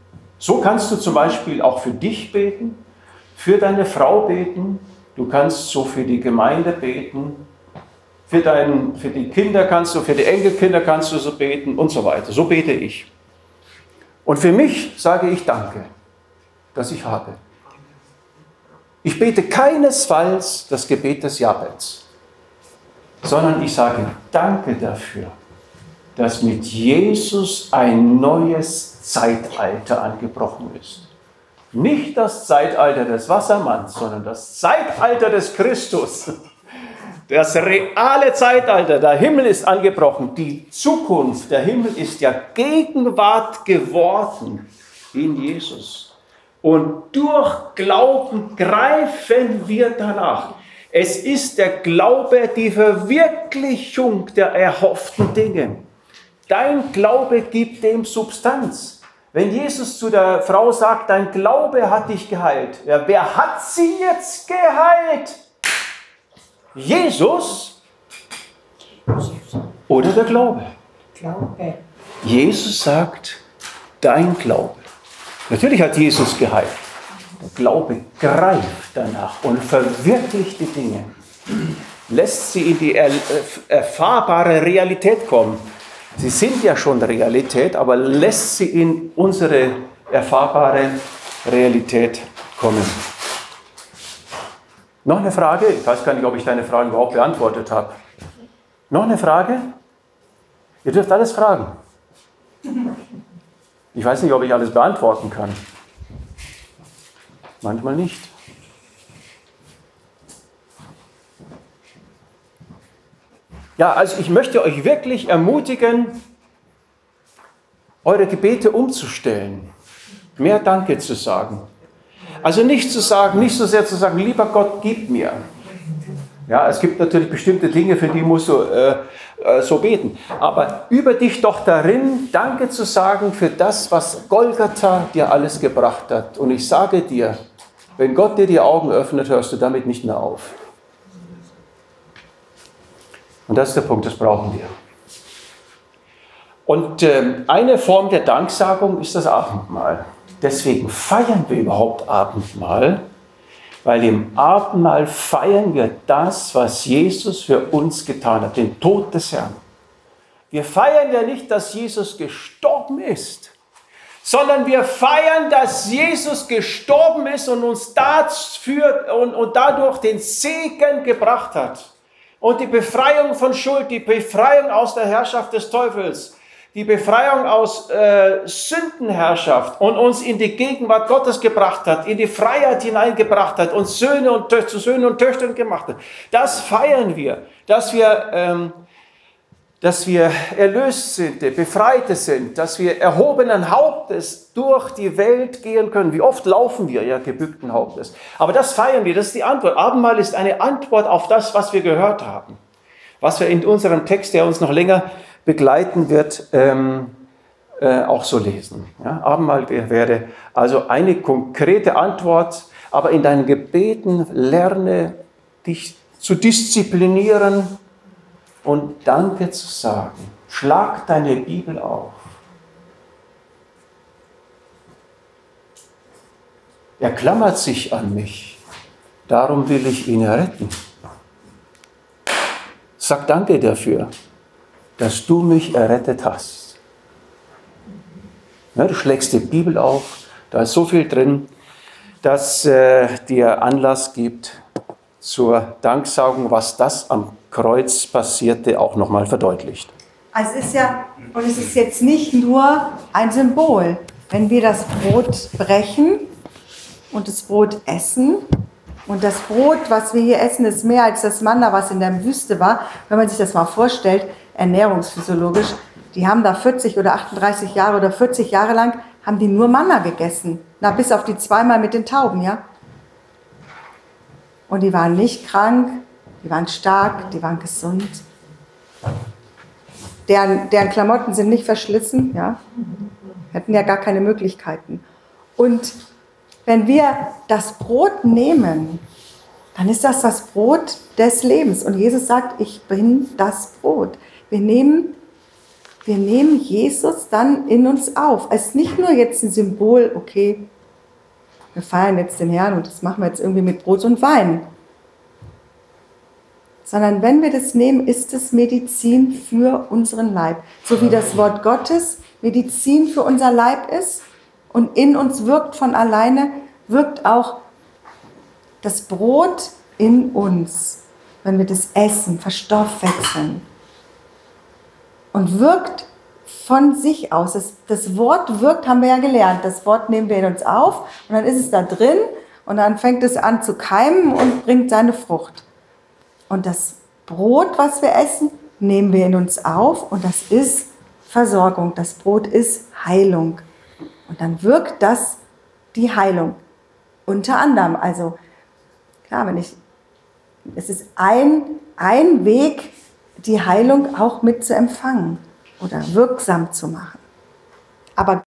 So kannst du zum Beispiel auch für dich beten, für deine Frau beten, du kannst so für die Gemeinde beten, für, dein, für die Kinder kannst du, für die Enkelkinder kannst du so beten und so weiter. So bete ich. Und für mich sage ich Danke, dass ich habe. Ich bete keinesfalls das Gebet des Jabez, sondern ich sage Danke dafür, dass mit Jesus ein neues Zeitalter angebrochen ist. Nicht das Zeitalter des Wassermanns, sondern das Zeitalter des Christus. Das reale Zeitalter, der Himmel ist angebrochen. Die Zukunft, der Himmel ist ja Gegenwart geworden in Jesus. Und durch Glauben greifen wir danach. Es ist der Glaube, die Verwirklichung der erhofften Dinge. Dein Glaube gibt dem Substanz. Wenn Jesus zu der Frau sagt, dein Glaube hat dich geheilt. Ja, wer hat sie jetzt geheilt? Jesus oder der Glaube? Glaube. Jesus sagt, dein Glaube. Natürlich hat Jesus geheilt. Der Glaube greift danach und verwirklicht die Dinge. Lässt sie in die erfahrbare Realität kommen. Sie sind ja schon Realität, aber lässt sie in unsere erfahrbare Realität kommen. Noch eine Frage? Ich weiß gar nicht, ob ich deine Frage überhaupt beantwortet habe. Noch eine Frage? Ihr dürft alles fragen. Ich weiß nicht, ob ich alles beantworten kann. Manchmal nicht. Ja, also ich möchte euch wirklich ermutigen, eure Gebete umzustellen, mehr Danke zu sagen. Also nicht zu sagen, nicht so sehr zu sagen, lieber Gott, gib mir. Ja, es gibt natürlich bestimmte Dinge, für die musst du äh, äh, so beten. Aber übe dich doch darin, Danke zu sagen für das, was Golgatha dir alles gebracht hat. Und ich sage dir, wenn Gott dir die Augen öffnet, hörst du damit nicht mehr auf. Und das ist der Punkt, das brauchen wir. Und äh, eine Form der Danksagung ist das Abendmahl. Deswegen feiern wir überhaupt Abendmahl, weil im Abendmahl feiern wir das, was Jesus für uns getan hat, den Tod des Herrn. Wir feiern ja nicht, dass Jesus gestorben ist, sondern wir feiern, dass Jesus gestorben ist und uns dafür und, und dadurch den Segen gebracht hat. Und die Befreiung von Schuld, die Befreiung aus der Herrschaft des Teufels, die Befreiung aus äh, Sündenherrschaft und uns in die Gegenwart Gottes gebracht hat, in die Freiheit hineingebracht hat, uns Söhne und Tö- zu Söhnen und Töchtern gemacht hat. Das feiern wir, dass wir, ähm, dass wir erlöst sind, Befreite sind, dass wir erhobenen Hauptes durch die Welt gehen können. Wie oft laufen wir ja gebückten Hauptes? Aber das feiern wir, das ist die Antwort. Abendmahl ist eine Antwort auf das, was wir gehört haben. Was wir in unserem Text, der uns noch länger begleiten wird, ähm, äh, auch so lesen. Ja, Abendmahl wäre also eine konkrete Antwort, aber in deinen Gebeten lerne dich zu disziplinieren und Danke zu sagen. Schlag deine Bibel auf. Er klammert sich an mich, darum will ich ihn retten. Sag Danke dafür, dass du mich errettet hast. Ja, du schlägst die Bibel auf, da ist so viel drin, dass äh, dir Anlass gibt zur Danksagung, was das am Kreuz passierte, auch nochmal verdeutlicht. Also es ist ja, und es ist jetzt nicht nur ein Symbol. Wenn wir das Brot brechen und das Brot essen, und das Brot, was wir hier essen, ist mehr als das Manna, was in der Wüste war. Wenn man sich das mal vorstellt, ernährungsphysiologisch, die haben da vierzig oder achtunddreißig Jahre oder vierzig Jahre lang, haben die nur Manna gegessen. Na, bis auf die zweimal mit den Tauben, ja. Und die waren nicht krank, die waren stark, die waren gesund. Deren, deren Klamotten sind nicht verschlissen, ja. Hätten ja gar keine Möglichkeiten. Und wenn wir das Brot nehmen, dann ist das das Brot des Lebens. Und Jesus sagt, ich bin das Brot. Wir nehmen wir nehmen Jesus dann in uns auf. Es ist nicht nur jetzt ein Symbol, okay, wir feiern jetzt den Herrn und das machen wir jetzt irgendwie mit Brot und Wein. Sondern wenn wir das nehmen, ist es Medizin für unseren Leib. So wie das Wort Gottes Medizin für unser Leib ist und in uns wirkt von alleine, wirkt auch das Brot in uns, wenn wir das essen, verstoffwechseln. Und wirkt von sich aus. Das, das Wort wirkt, haben wir ja gelernt. Das Wort nehmen wir in uns auf und dann ist es da drin und dann fängt es an zu keimen und bringt seine Frucht. Und das Brot, was wir essen, nehmen wir in uns auf und das ist Versorgung. Das Brot ist Heilung. Und dann wirkt das die Heilung. Unter anderem, also klar, wenn ich, es ist ein, ein Weg, die Heilung auch mit zu empfangen oder wirksam zu machen. Aber